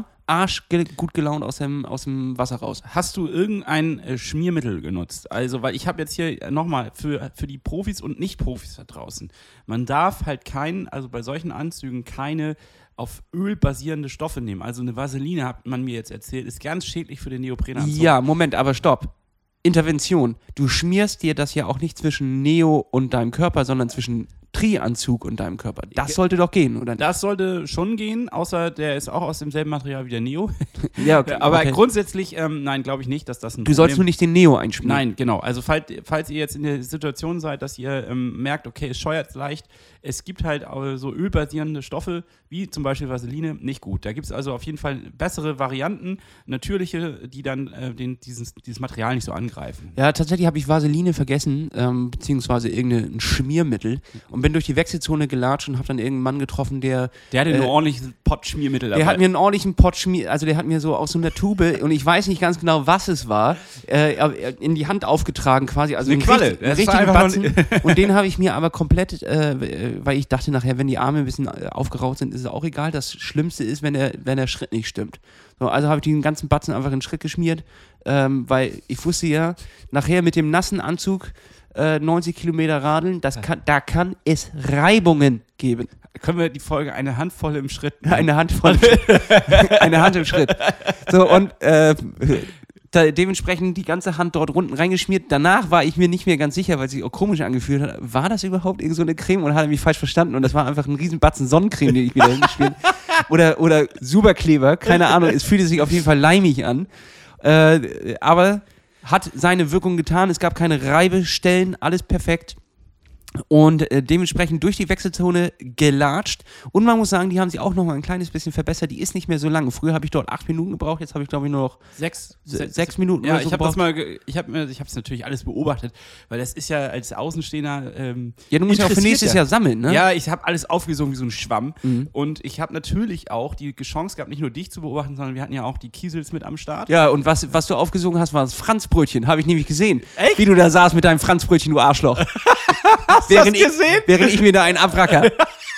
gut gelaunt aus dem Wasser raus. Hast du irgendein Schmiermittel genutzt? Also, weil ich habe jetzt hier nochmal für die Profis und Nicht-Profis da draußen, man darf halt also bei solchen Anzügen keine auf Öl basierende Stoffe nehmen. Also eine Vaseline, hat man mir jetzt erzählt, ist ganz schädlich für den Neoprenanzug. Ja, Moment, aber stopp. Intervention. Du schmierst dir das ja auch nicht zwischen Neo und deinem Körper, sondern zwischen Tri-Anzug und deinem Körper. Das sollte doch gehen, oder nicht? Das sollte schon gehen, außer der ist auch aus demselben Material wie der Neo. Ja, okay. Aber grundsätzlich, nein, glaube ich nicht, dass das ein Du sollst nur nicht den Neo einschmieren. Nein, genau. Also falls ihr jetzt in der Situation seid, dass ihr merkt, okay, es scheuert leicht, es gibt halt so ölbasierende Stoffe, wie zum Beispiel Vaseline, nicht gut. Da gibt es also auf jeden Fall bessere Varianten, natürliche, die dann dieses Material nicht so angreifen. Ja, tatsächlich habe ich Vaseline vergessen, beziehungsweise irgendein Schmiermittel und bin durch die Wechselzone gelatscht und habe dann irgendeinen Mann getroffen, der hatte einen ordentlichen Pott Schmiermittel dabei. Der hat mir einen ordentlichen Pott also der hat mir so aus so einer Tube, und ich weiß nicht ganz genau, was es war, in die Hand aufgetragen quasi. Also eine Qualle. Einen richtigen Batzen. Und den habe ich mir aber komplett, weil ich dachte nachher, wenn die Arme ein bisschen aufgeraucht sind, ist es auch egal. Das Schlimmste ist, wenn der Schritt nicht stimmt. So, also habe ich den ganzen Batzen einfach in den Schritt geschmiert, weil ich wusste ja, nachher mit dem nassen Anzug 90 Kilometer radeln, da kann es Reibungen geben. Können wir die Folge eine Handvoll im Schritt? Eine Handvoll. Eine Hand im Schritt. So, und dementsprechend die ganze Hand dort unten reingeschmiert. Danach war ich mir nicht mehr ganz sicher, weil es sich auch komisch angefühlt hat. War das überhaupt irgend so eine Creme oder hat er mich falsch verstanden? Und das war einfach ein Riesenbatzen Sonnencreme, den ich mir da hingeschmiert oder Superkleber, keine Ahnung. Es fühlte sich auf jeden Fall leimig an. Aber hat seine Wirkung getan. Es gab keine Reibestellen, alles perfekt. Und dementsprechend durch die Wechselzone gelatscht. Und man muss sagen, die haben sich auch noch mal ein kleines bisschen verbessert. Die ist nicht mehr so lang. Früher habe ich dort 8 Minuten gebraucht, jetzt habe ich glaube ich nur noch 6 Minuten. Ja, oder so ich habe es natürlich alles beobachtet, weil das ist ja als Außenstehender ja, du musst ja auch für nächstes Jahr sammeln, ne? Ja, ich habe alles aufgesogen wie so ein Schwamm. Und ich habe natürlich auch die Chance gehabt, nicht nur dich zu beobachten, sondern wir hatten ja auch die Kiesels mit am Start. Ja, und was du aufgesogen hast, war das Franzbrötchen. Habe ich nämlich gesehen. Echt? Wie du da saßt mit deinem Franzbrötchen, du Arschloch. Hast du das gesehen? Während ich mir da einen abracker.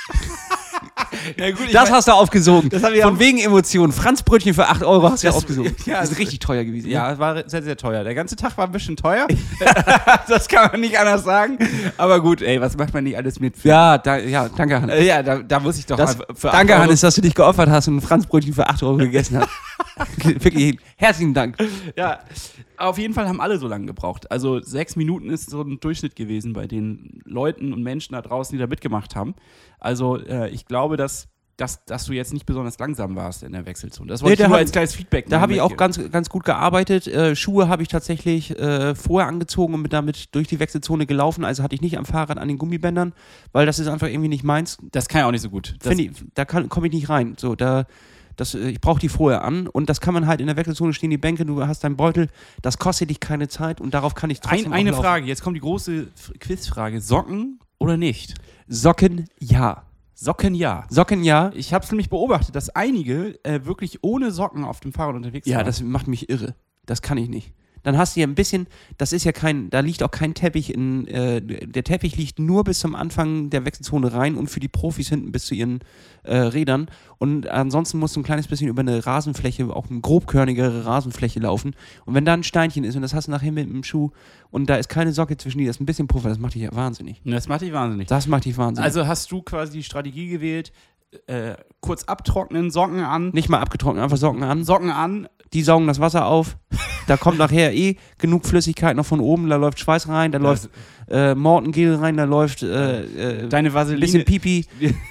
Ja, gut, Das hast du aufgesogen. Das hab ich Von auch- wegen Emotionen. Franzbrötchen für 8 Euro hast du ja aufgesogen. ja, das ist richtig teuer gewesen. Ja, es war sehr, sehr teuer. Der ganze Tag war ein bisschen teuer. Das kann man nicht anders sagen. Aber gut, ey, was macht man nicht alles mit? Ja, danke, Hannes. Ja, da muss ich doch mal für 8 Danke, Euro- Hannes, dass du dich geopfert hast und ein Franzbrötchen für 8 Euro gegessen hast. Wirklich, herzlichen Dank. Ja, auf jeden Fall haben alle so lange gebraucht. Also 6 Minuten ist so ein Durchschnitt gewesen bei den Leuten und Menschen da draußen, die da mitgemacht haben. Also ich glaube, dass du jetzt nicht besonders langsam warst in der Wechselzone. Das wollte ich nur als kleines Feedback Da habe ich auch mitgeben. ganz gut gearbeitet. Schuhe habe ich tatsächlich vorher angezogen und damit durch die Wechselzone gelaufen. Also hatte ich nicht am Fahrrad an den Gummibändern, weil das ist einfach irgendwie nicht meins. Das kann ja auch nicht so gut. Da komme ich nicht rein. So, ich brauche die vorher an und das kann man halt in der Wechselzone stehen, die Bänke, du hast deinen Beutel, das kostet dich keine Zeit und darauf kann ich trotzdem Eine auch laufen. Frage, jetzt kommt die große Quizfrage. Socken oder nicht? Socken, ja. Socken ja. Socken, ja. Ich habe es nämlich beobachtet, dass einige wirklich ohne Socken auf dem Fahrrad unterwegs Ja, waren. das macht mich irre. Das kann ich nicht. Dann hast du ja ein bisschen, das ist ja da liegt auch kein Teppich der Teppich liegt nur bis zum Anfang der Wechselzone rein und für die Profis hinten bis zu ihren Rädern. Und ansonsten musst du ein kleines bisschen über eine Rasenfläche, auch eine grobkörnigere Rasenfläche laufen. Und wenn da ein Steinchen ist und das hast du nachher mit dem Schuh und da ist keine Socke zwischen die, das ist ein bisschen Puffer, das macht dich ja wahnsinnig. Das macht dich wahnsinnig. Das macht dich wahnsinnig. Also hast du quasi die Strategie gewählt, kurz abtrocknen, Socken an, nicht mal abgetrocknet, einfach Socken an. Die saugen das Wasser auf. Da kommt nachher genug Flüssigkeit noch von oben. Da läuft Schweiß rein, da läuft Mortengel rein, da läuft deine Vaseline. bisschen Pipi.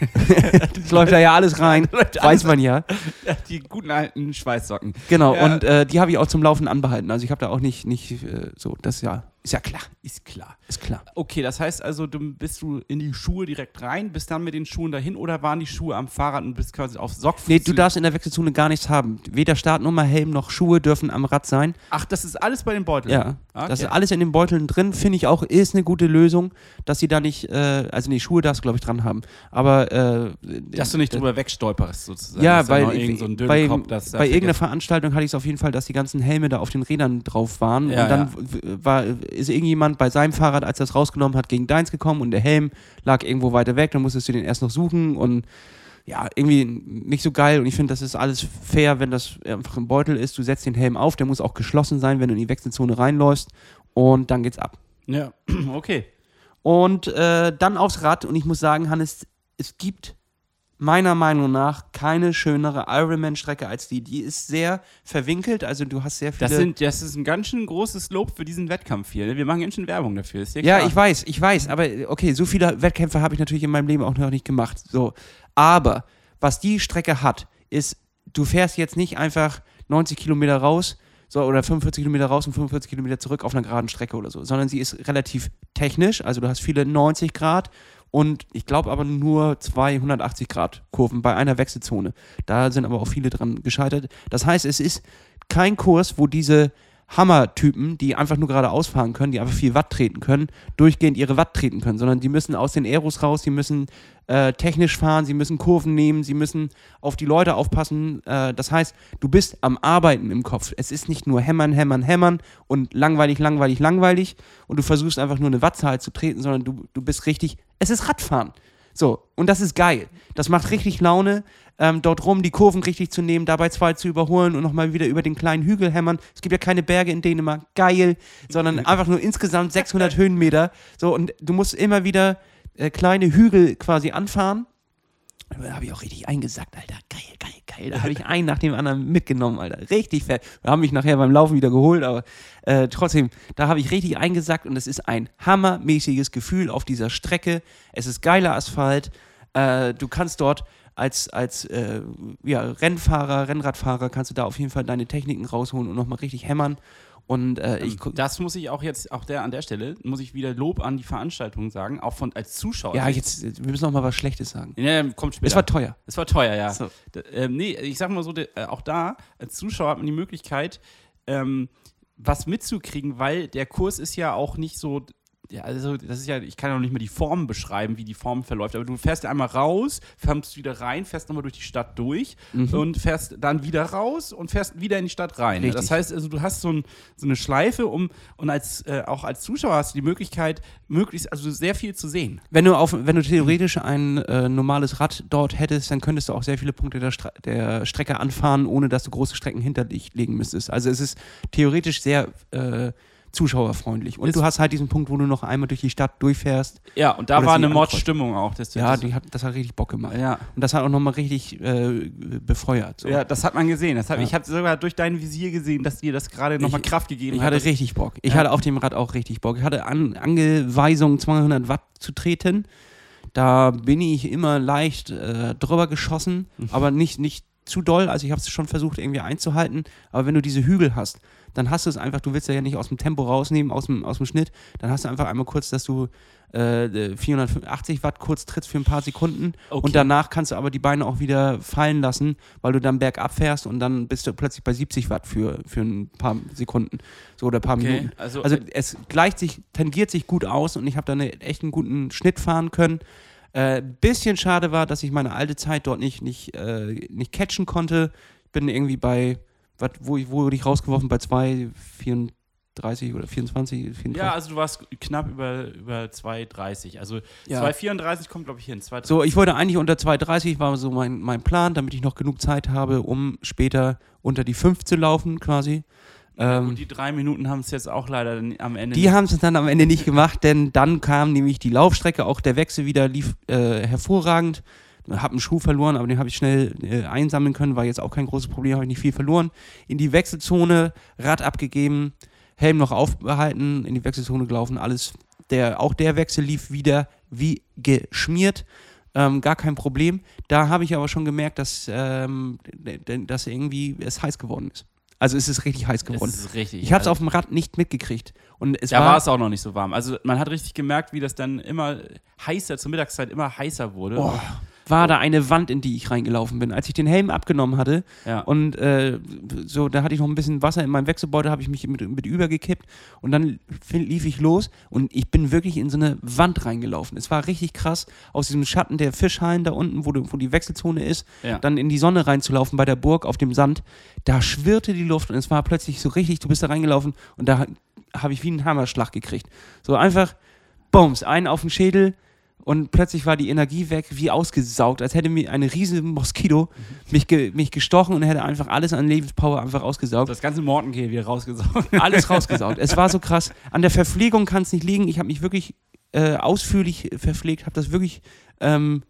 Das läuft da ja alles rein. Weiß man ja. Die guten alten Schweißsocken. Genau, Ja. und die habe ich auch zum Laufen anbehalten. Also ich habe da auch nicht so, das ist ja klar. Ist klar. Ist klar. Okay, das heißt also, bist du in die Schuhe direkt rein, bist dann mit den Schuhen dahin oder waren die Schuhe am Fahrrad und bist quasi auf Sockfuß? Nee, du darfst in der Wechselzone gar nichts haben. Weder Startnummer, Helm noch Schuhe dürfen am Rad sein. Ach, das ist alles bei den Beuteln? Ja, Okay. das ist alles in den Beuteln drin, finde ich auch, ist eine gute Lösung, dass sie da nicht, also nee, Schuhe darfst du, glaube ich, dran haben, aber Dass du nicht drüber wegstolperst, sozusagen. ja, Dass da weil noch irgend so ein bei Dödelkopf, das da irgendeiner vergessen- Veranstaltung hatte ich es auf jeden Fall, dass die ganzen Helme da auf den Rädern drauf waren Ja, und dann ist irgendjemand bei seinem Fahrrad, als er es rausgenommen hat, gegen deins gekommen und der Helm lag irgendwo weiter weg, dann musstest du den erst noch suchen und ja, irgendwie nicht so geil und ich finde, das ist alles fair, wenn das einfach im Beutel ist, du setzt den Helm auf, der muss auch geschlossen sein, wenn du in die Wechselzone reinläufst und dann geht's ab. Ja, okay. Und dann aufs Rad und ich muss sagen, Hannes, es gibt meiner Meinung nach keine schönere Ironman-Strecke als die. Die ist sehr verwinkelt, also du hast sehr viele... Das ist ein ganz schön großes Lob für diesen Wettkampf hier. Wir machen ganz schön Werbung dafür, ist dir klar? Ja, ich weiß, aber okay, so viele Wettkämpfe habe ich natürlich in meinem Leben auch noch nicht gemacht. So. Aber was die Strecke hat, ist, du fährst jetzt nicht einfach 90 Kilometer raus, so, oder 45 Kilometer raus und 45 Kilometer zurück auf einer geraden Strecke oder so, sondern sie ist relativ technisch, also du hast viele 90 Grad und ich glaube aber nur 280 Grad Kurven bei einer Wechselzone. Da sind aber auch viele dran gescheitert. Das heißt, es ist kein Kurs, wo diese Hammer-Typen, die einfach nur geradeaus fahren können, die einfach viel Watt treten können, durchgehend ihre Watt treten können, sondern die müssen aus den Aeros raus, die müssen technisch fahren, sie müssen Kurven nehmen, sie müssen auf die Leute aufpassen. Das heißt, du bist am Arbeiten im Kopf. Es ist nicht nur hämmern, hämmern, hämmern und langweilig, langweilig, langweilig und du versuchst einfach nur eine Wattzahl zu treten, sondern du bist richtig, es ist Radfahren. So, und das ist geil. Das macht richtig Laune, dort rum die Kurven richtig zu nehmen, dabei 2 zu überholen und nochmal wieder über den kleinen Hügel hämmern. Es gibt ja keine Berge in Dänemark, geil, sondern einfach nur insgesamt 600 Höhenmeter. So, und du musst immer wieder kleine Hügel quasi anfahren. Da habe ich auch richtig eingesackt, Alter. Geil, geil, geil, da habe ich einen nach dem anderen mitgenommen, Alter. Richtig fett. Wir haben mich nachher beim Laufen wieder geholt, aber trotzdem, da habe ich richtig eingesackt und es ist ein hammermäßiges Gefühl auf dieser Strecke. Es ist geiler Asphalt. Du kannst dort als Rennfahrer, Rennradfahrer kannst du da auf jeden Fall deine Techniken rausholen und nochmal richtig hämmern. Und das muss ich auch jetzt, an der Stelle, muss ich wieder Lob an die Veranstaltung sagen, auch als Zuschauer. Ja, wir müssen noch mal was Schlechtes sagen. Ja, kommt später. Es war teuer. Es war teuer, ja. So. Nee, ich sag mal so, auch da, als Zuschauer hat man die Möglichkeit, was mitzukriegen, weil der Kurs ist ja auch nicht so. Ja, also das ist ja, ich kann ja noch nicht mal die Form beschreiben, wie die Form verläuft, aber du fährst einmal raus, fährst wieder rein, fährst nochmal durch die Stadt durch und fährst dann wieder raus und fährst wieder in die Stadt rein. Richtig. Das heißt, also du hast so eine Schleife und auch als Zuschauer hast du die Möglichkeit, möglichst sehr viel zu sehen. Wenn du theoretisch ein normales Rad dort hättest, dann könntest du auch sehr viele Punkte der Strecke anfahren, ohne dass du große Strecken hinter dich legen müsstest. Also es ist theoretisch sehr zuschauerfreundlich. Und du hast halt diesen Punkt, wo du noch einmal durch die Stadt durchfährst. Ja, und da war eine Mordstimmung auch. Das hat richtig Bock gemacht. Ja. Und das hat auch nochmal richtig befeuert. So. Ja, das hat man gesehen. Ich habe sogar durch dein Visier gesehen, dass dir das gerade nochmal Kraft gegeben hat. Ich hatte richtig Bock. Ich hatte auf dem Rad auch richtig Bock. Ich hatte Angeweisung, 200 Watt zu treten. Da bin ich immer leicht drüber geschossen, aber nicht zu doll. Also ich habe es schon versucht irgendwie einzuhalten. Aber wenn du diese Hügel hast, dann hast du es einfach, du willst ja nicht aus dem Tempo rausnehmen, aus dem Schnitt, dann hast du einfach einmal kurz, dass du 480 Watt kurz trittst für ein paar Sekunden und danach kannst du aber die Beine auch wieder fallen lassen, weil du dann bergab fährst und dann bist du plötzlich bei 70 Watt für ein paar Sekunden oder ein paar Minuten. Also es tangiert sich gut aus und ich habe da echt einen guten Schnitt fahren können. Bisschen schade war, dass ich meine alte Zeit dort nicht catchen konnte. Ich bin irgendwie bei wo wurde ich rausgeworfen? Bei 2,34 oder 24? 34? Ja, also du warst knapp über 2,30. Also 2,34 kommt, glaube ich, hin. So, ich wollte eigentlich unter 2,30, war so mein Plan, damit ich noch genug Zeit habe, um später unter die 5 zu laufen, quasi. Und die 3 Minuten haben es jetzt auch leider am Ende Die haben es dann am Ende nicht gemacht, denn dann kam nämlich die Laufstrecke, auch der Wechsel wieder lief hervorragend. Habe einen Schuh verloren, aber den habe ich schnell einsammeln können, war jetzt auch kein großes Problem, habe ich nicht viel verloren. In die Wechselzone, Rad abgegeben, Helm noch aufbehalten, in die Wechselzone gelaufen, alles. Auch der Wechsel lief wieder wie geschmiert, gar kein Problem. Da habe ich aber schon gemerkt, dass irgendwie es heiß geworden ist. Also es ist richtig heiß geworden. Es ist richtig. Ich habe es auf dem Rad nicht mitgekriegt. Und war es auch noch nicht so warm. Also man hat richtig gemerkt, wie das dann immer heißer, zur Mittagszeit immer heißer wurde. Oh. War da eine Wand, in die ich reingelaufen bin. Als ich den Helm abgenommen hatte und da hatte ich noch ein bisschen Wasser in meinem Wechselbeutel, habe ich mich mit übergekippt und dann lief ich los und ich bin wirklich in so eine Wand reingelaufen. Es war richtig krass, aus diesem Schatten der Fischhallen da unten, wo die Wechselzone ist, dann in die Sonne reinzulaufen bei der Burg auf dem Sand. Da schwirrte die Luft und es war plötzlich so richtig, du bist da reingelaufen und da habe ich wie einen Hammerschlag gekriegt. So einfach, bums, einen auf den Schädel. Und plötzlich war die Energie weg, wie ausgesaugt, als hätte mir eine riesige Moskito mich gestochen und hätte einfach alles an Lebenspower einfach ausgesaugt. Das ganze Mortengel wieder rausgesaugt. Alles rausgesaugt. Es war so krass. An der Verpflegung kann es nicht liegen. Ich habe mich wirklich ausführlich verpflegt, habe das wirklich, bin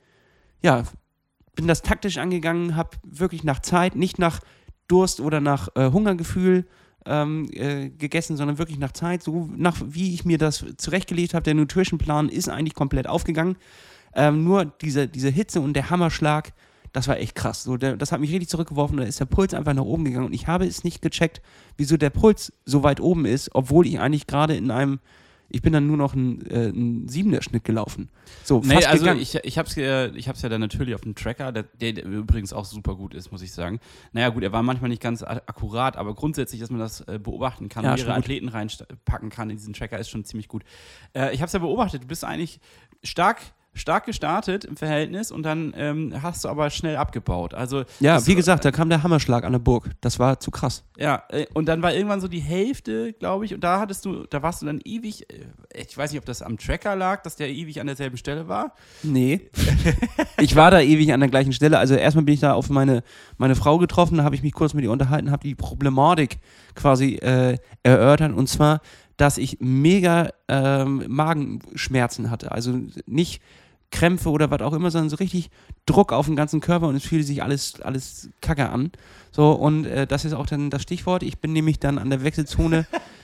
das taktisch angegangen, habe wirklich nach Zeit, nicht nach Durst oder nach Hungergefühl gegessen, sondern wirklich nach Zeit, so nach wie ich mir das zurechtgelegt habe. Der Nutrition-Plan ist eigentlich komplett aufgegangen. Nur diese Hitze und der Hammerschlag, das war echt krass. So, das hat mich richtig zurückgeworfen. Da ist der Puls einfach nach oben gegangen und ich habe es nicht gecheckt, wieso der Puls so weit oben ist, obwohl ich eigentlich gerade ich bin dann nur noch einen 7er-Schnitt gelaufen. So, fast also gegangen. ich hab's ja dann natürlich auf dem Tracker, der übrigens auch super gut ist, muss ich sagen. Naja gut, er war manchmal nicht ganz akkurat, aber grundsätzlich, dass man das beobachten kann, mehrere Athleten reinpacken kann in diesen Tracker, ist schon ziemlich gut. Ich hab's ja beobachtet, du bist eigentlich stark gestartet im Verhältnis und dann hast du aber schnell abgebaut. Also ja, wie gesagt, da kam der Hammerschlag an der Burg. Das war zu krass. Ja, und dann war irgendwann so die Hälfte, glaube ich, und da warst du dann ewig, ich weiß nicht, ob das am Tracker lag, dass der ewig an derselben Stelle war. Nee. Ich war da ewig an der gleichen Stelle. Also erstmal bin ich da auf meine Frau getroffen, da habe ich mich kurz mit ihr unterhalten, habe die Problematik quasi erörtert und zwar, dass ich mega Magenschmerzen hatte. Also nicht Krämpfe oder was auch immer, sondern so richtig Druck auf den ganzen Körper und es fühlt sich alles kacke an. So, und das ist auch dann das Stichwort. Ich bin nämlich dann an der Wechselzone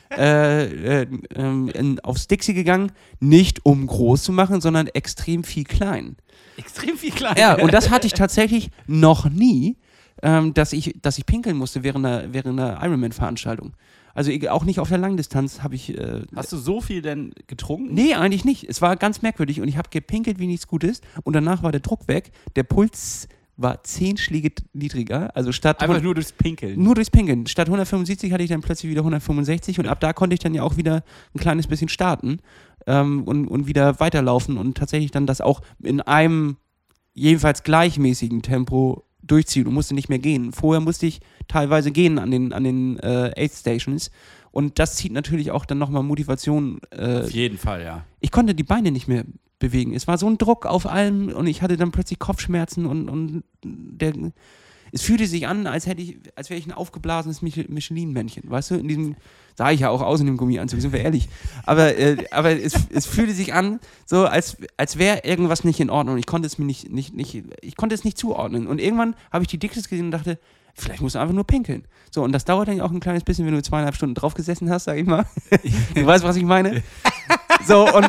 aufs Dixie gegangen, nicht um groß zu machen, sondern extrem viel klein. Extrem viel klein. Ja, und das hatte ich tatsächlich noch nie, dass ich pinkeln musste während einer Ironman-Veranstaltung. Also auch nicht auf der Langdistanz habe ich... Hast du so viel denn getrunken? Nee, eigentlich nicht. Es war ganz merkwürdig und ich habe gepinkelt, wie nichts Gutes und danach war der Druck weg, der Puls war 10 Schläge niedriger, also statt... Einfach nur durchs Pinkeln? Nur durchs Pinkeln. Statt 175 hatte ich dann plötzlich wieder 165 und ab da konnte ich dann ja auch wieder ein kleines bisschen starten und wieder weiterlaufen und tatsächlich dann das auch in einem jedenfalls gleichmäßigen Tempo durchziehen und musste nicht mehr gehen. Vorher musste ich teilweise gehen an den Aid Stations und das zieht natürlich auch dann nochmal Motivation. Auf jeden Fall, ja. Ich konnte die Beine nicht mehr bewegen. Es war so ein Druck auf allem und ich hatte dann plötzlich Kopfschmerzen und es fühlte sich an, als wäre ich ein aufgeblasenes Michelin-Männchen, weißt du? In diesem, sah ich ja auch aus in dem Gummianzug, sind wir ehrlich. Aber es fühlte sich an, so als wäre irgendwas nicht in Ordnung. Ich konnte es mir ich konnte es nicht zuordnen. Und irgendwann habe ich die Dickies gesehen und dachte, vielleicht musst du einfach nur pinkeln. So, und das dauert dann auch ein kleines bisschen, wenn du 2,5 Stunden drauf gesessen hast, sag ich mal. Du weißt, was ich meine? So, und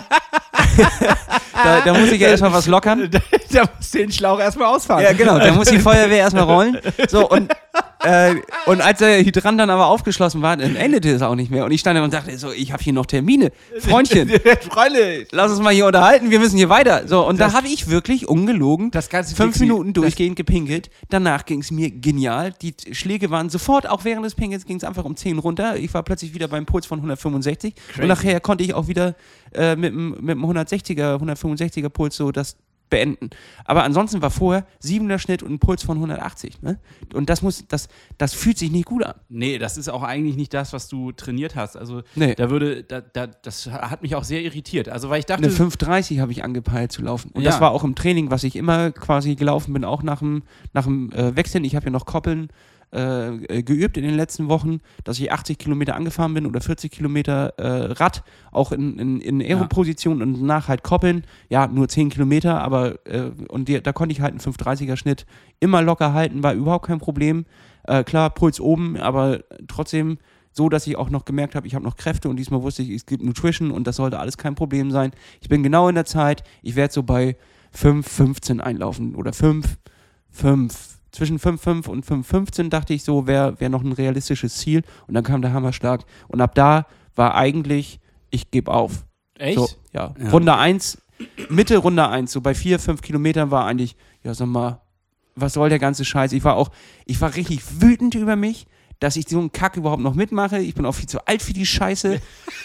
da muss ich ja erstmal was lockern. Da muss den Schlauch erstmal ausfahren. Ja, genau, da muss die Feuerwehr erstmal rollen. So, und als der Hydrant dann aber aufgeschlossen war, dann endete es auch nicht mehr. Und ich stand da und dachte so, ich habe hier noch Termine. Freundchen, Freunde, lass uns mal hier unterhalten, wir müssen hier weiter. So, und da habe ich wirklich ungelogen das ganze 5 Minuten durchgehend gepinkelt. Danach ging es mir genial. Die Schläge waren sofort, auch während des Pinkels ging es einfach um 10 runter. Ich war plötzlich wieder beim Puls von 165. Crazy. Und nachher konnte ich auch wieder mit dem 160er, 165er Puls so das beenden. Aber ansonsten war vorher 7er Schnitt und ein Puls von 180. Ne? Und das fühlt sich nicht gut an. Nee, das ist auch eigentlich nicht das, was du trainiert hast. Also nee. Das hat mich auch sehr irritiert. Also weil ich dachte, eine 5:30 habe ich angepeilt zu laufen. Und ja. das war auch im Training, was ich immer quasi gelaufen bin, auch nach dem Wechseln. Ich habe ja noch Koppeln geübt in den letzten Wochen, dass ich 80 Kilometer angefahren bin oder 40 Kilometer Rad, auch in Aero-Position und danach halt koppeln. Ja, nur 10 Kilometer, aber da konnte ich halt einen 5:30er Schnitt immer locker halten, war überhaupt kein Problem. Klar, Puls oben, aber trotzdem so, dass ich auch noch gemerkt habe, ich habe noch Kräfte und diesmal wusste ich, es gibt Nutrition und das sollte alles kein Problem sein. Ich bin genau in der Zeit, ich werde so bei 5:15 einlaufen oder 5. Zwischen 5,5 und 5,15 dachte ich so, wäre noch ein realistisches Ziel. Und dann kam der Hammerschlag. Und ab da war eigentlich, ich gebe auf. Echt? So, ja. Runde 1, Mitte Runde 1, so bei 4-5 Kilometern war eigentlich, ja sag mal, was soll der ganze Scheiß? Ich war richtig wütend über mich, dass ich so einen Kack überhaupt noch mitmache. Ich bin auch viel zu alt für die Scheiße.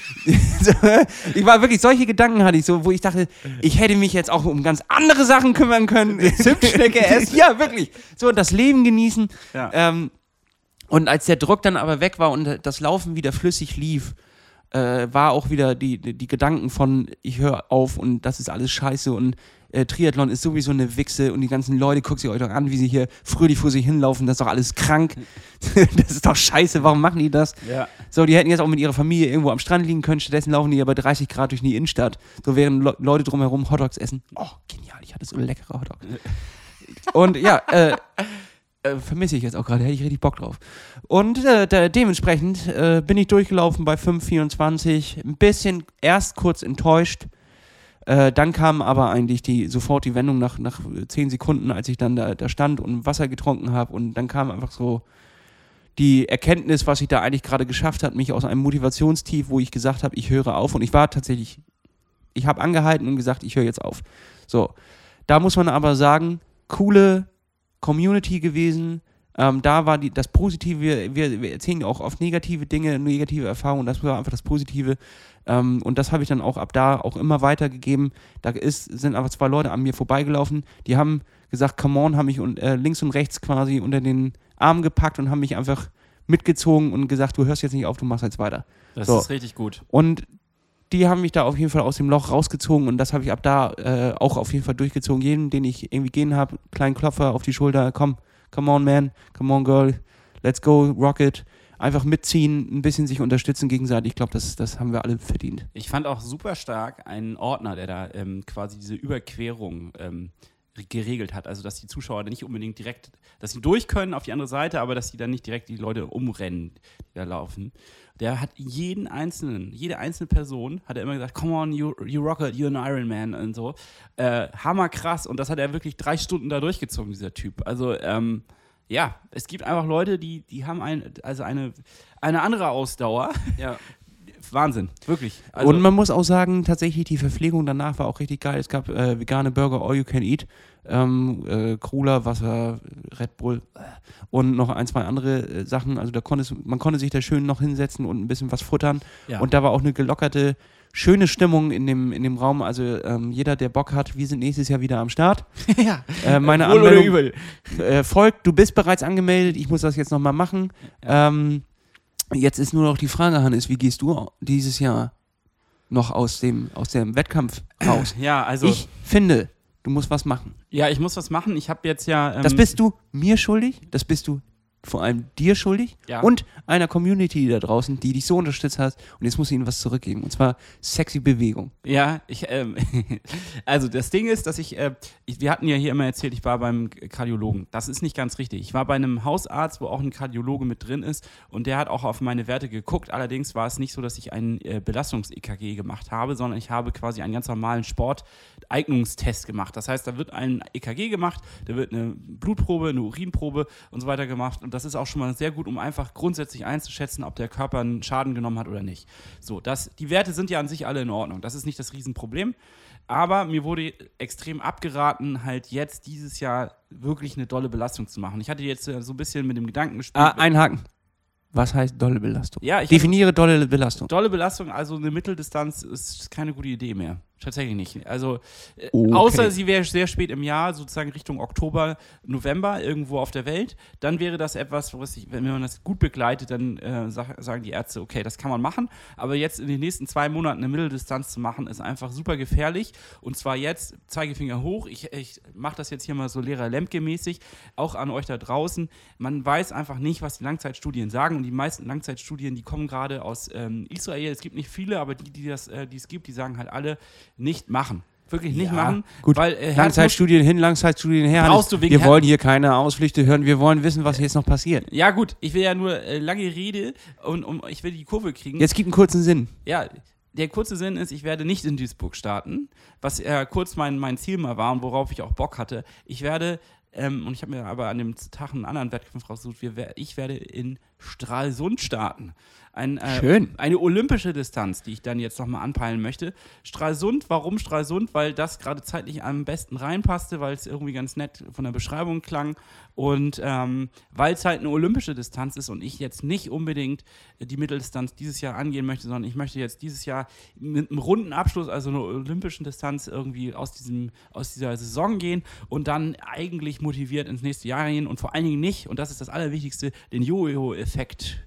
Ich war wirklich, solche Gedanken hatte ich so, wo ich dachte, ich hätte mich jetzt auch um ganz andere Sachen kümmern können. Zimtschnecke essen. Ja, wirklich. So, das Leben genießen. Ja. Und als der Druck dann aber weg war und das Laufen wieder flüssig lief, war auch wieder die Gedanken von, ich höre auf und das ist alles scheiße und Triathlon ist sowieso eine Wichse und die ganzen Leute, guckt sie euch doch an, wie sie hier fröhlich vor sich hinlaufen, das ist doch alles krank. Das ist doch scheiße, warum machen die das? Ja. So, die hätten jetzt auch mit ihrer Familie irgendwo am Strand liegen können, stattdessen laufen die ja bei 30 Grad durch die Innenstadt, so während Leute drumherum Hotdogs essen. Oh, genial, ich hatte so leckere Hotdogs. Und ja, vermisse ich jetzt auch gerade, hätte ich richtig Bock drauf. Und dementsprechend bin ich durchgelaufen bei 5,24, ein bisschen erst kurz enttäuscht, dann kam aber eigentlich sofort die Wendung nach 10 Sekunden, als ich dann da stand und Wasser getrunken habe und dann kam einfach so die Erkenntnis, was ich da eigentlich gerade geschafft habe, mich aus einem Motivationstief, wo ich gesagt habe, ich höre auf und ich habe angehalten und gesagt, ich höre jetzt auf. So, da muss man aber sagen, coole Community gewesen, da war das Positive, wir erzählen ja auch oft negative Dinge, negative Erfahrungen, das war einfach das Positive und das habe ich dann auch ab da auch immer weitergegeben. Da sind aber 2 Leute an mir vorbeigelaufen, die haben gesagt, come on, haben mich links und rechts quasi unter den Arm gepackt und haben mich einfach mitgezogen und gesagt, du hörst jetzt nicht auf, du machst jetzt weiter. Das ist richtig gut. Und die haben mich da auf jeden Fall aus dem Loch rausgezogen und das habe ich ab da auch auf jeden Fall durchgezogen. Jeden, den ich irgendwie gehen habe, kleinen Klopfer auf die Schulter, come on man, come on girl, let's go, rock it. einfach mitziehen, ein bisschen sich unterstützen gegenseitig. Ich glaube, das haben wir alle verdient. Ich fand auch super stark einen Ordner, der da quasi diese Überquerung geregelt hat. Also, dass die Zuschauer nicht unbedingt direkt, dass sie durch können auf die andere Seite, aber dass sie dann nicht direkt die Leute umrennen, die da laufen. Der hat jede einzelne Person, hat er immer gesagt, come on, you rock it, you're an Iron Man und so. Hammerkrass. Und das hat er wirklich 3 Stunden da durchgezogen, dieser Typ. Also, ja, es gibt einfach Leute, die haben eine andere Ausdauer. Ja. Wahnsinn, wirklich. Also und man muss auch sagen, tatsächlich die Verpflegung danach war auch richtig geil. Es gab vegane Burger, all you can eat, Cola, Wasser, Red Bull und noch 1, 2 andere Sachen. Also man konnte sich da schön noch hinsetzen und ein bisschen was futtern. Ja. Und da war auch eine gelockerte, schöne Stimmung in dem Raum. Also jeder, der Bock hat, wir sind nächstes Jahr wieder am Start. Ja. Meine Anmeldung folgt. Du bist bereits angemeldet. Ich muss das jetzt nochmal machen. Ja. Jetzt ist nur noch die Frage, Hannes, wie gehst du dieses Jahr noch aus dem Wettkampf raus? Ja, also ich finde, du musst was machen. Ja, ich muss was machen. Ich habe jetzt ja... das bist du mir schuldig, das bist du vor allem dir schuldig und einer Community da draußen, die dich so unterstützt hat und jetzt musst du ihnen was zurückgeben und zwar sexy Bewegung. Ja, also das Ding ist, dass wir hatten ja hier immer erzählt, ich war beim Kardiologen. Das ist nicht ganz richtig. Ich war bei einem Hausarzt, wo auch ein Kardiologe mit drin ist und der hat auch auf meine Werte geguckt. Allerdings war es nicht so, dass ich einen Belastungs-EKG gemacht habe, sondern ich habe quasi einen ganz normalen Sporteignungstest gemacht. Das heißt, da wird ein EKG gemacht, da wird eine Blutprobe, eine Urinprobe und so weiter gemacht. Und das ist auch schon mal sehr gut, um einfach grundsätzlich einzuschätzen, ob der Körper einen Schaden genommen hat oder nicht. So, die Werte sind ja an sich alle in Ordnung. Das ist nicht das Riesenproblem. Aber mir wurde extrem abgeraten, halt jetzt dieses Jahr wirklich eine dolle Belastung zu machen. Ich hatte jetzt so ein bisschen mit dem Gedanken gespielt. Einhaken. Was heißt dolle Belastung? Ja, definiere dolle Belastung. Dolle Belastung, also eine Mitteldistanz ist keine gute Idee mehr. Tatsächlich nicht. Also, okay. Außer sie wäre sehr spät im Jahr, sozusagen Richtung Oktober, November, irgendwo auf der Welt, dann wäre das etwas, wenn man das gut begleitet, dann sagen die Ärzte, okay, das kann man machen, aber jetzt in den nächsten 2 Monaten eine Mitteldistanz zu machen, ist einfach super gefährlich und zwar jetzt, Zeigefinger hoch, ich mache das jetzt hier mal so Lehrer Lemke-mäßig, auch an euch da draußen, man weiß einfach nicht, was die Langzeitstudien sagen und die meisten Langzeitstudien, die kommen gerade aus Israel, es gibt nicht viele, aber die es gibt, die sagen halt alle, nicht machen. Wirklich nicht machen. Gut. Weil, Langzeitstudien hin, Langzeitstudien her. Wir wollen hier keine Ausflüchte hören, wir wollen wissen, was jetzt noch passiert. Ja gut, ich will ja nur lange Rede und ich will die Kurve kriegen. Jetzt gibt einen kurzen Sinn. Ja, der kurze Sinn ist, ich werde nicht in Duisburg starten, was kurz mein Ziel mal war und worauf ich auch Bock hatte. Ich werde, und ich habe mir aber an dem Tag einen anderen Wettkampf rausgesucht, ich werde in Stralsund starten. Schön. Eine olympische Distanz, die ich dann jetzt nochmal anpeilen möchte. Stralsund, warum Stralsund? Weil das gerade zeitlich am besten reinpasste, weil es irgendwie ganz nett von der Beschreibung klang und weil es halt eine olympische Distanz ist und ich jetzt nicht unbedingt die Mitteldistanz dieses Jahr angehen möchte, sondern ich möchte jetzt dieses Jahr mit einem runden Abschluss, also einer olympischen Distanz irgendwie aus dieser Saison gehen und dann eigentlich motiviert ins nächste Jahr gehen und vor allen Dingen nicht, und das ist das Allerwichtigste, den Jojo-Effekt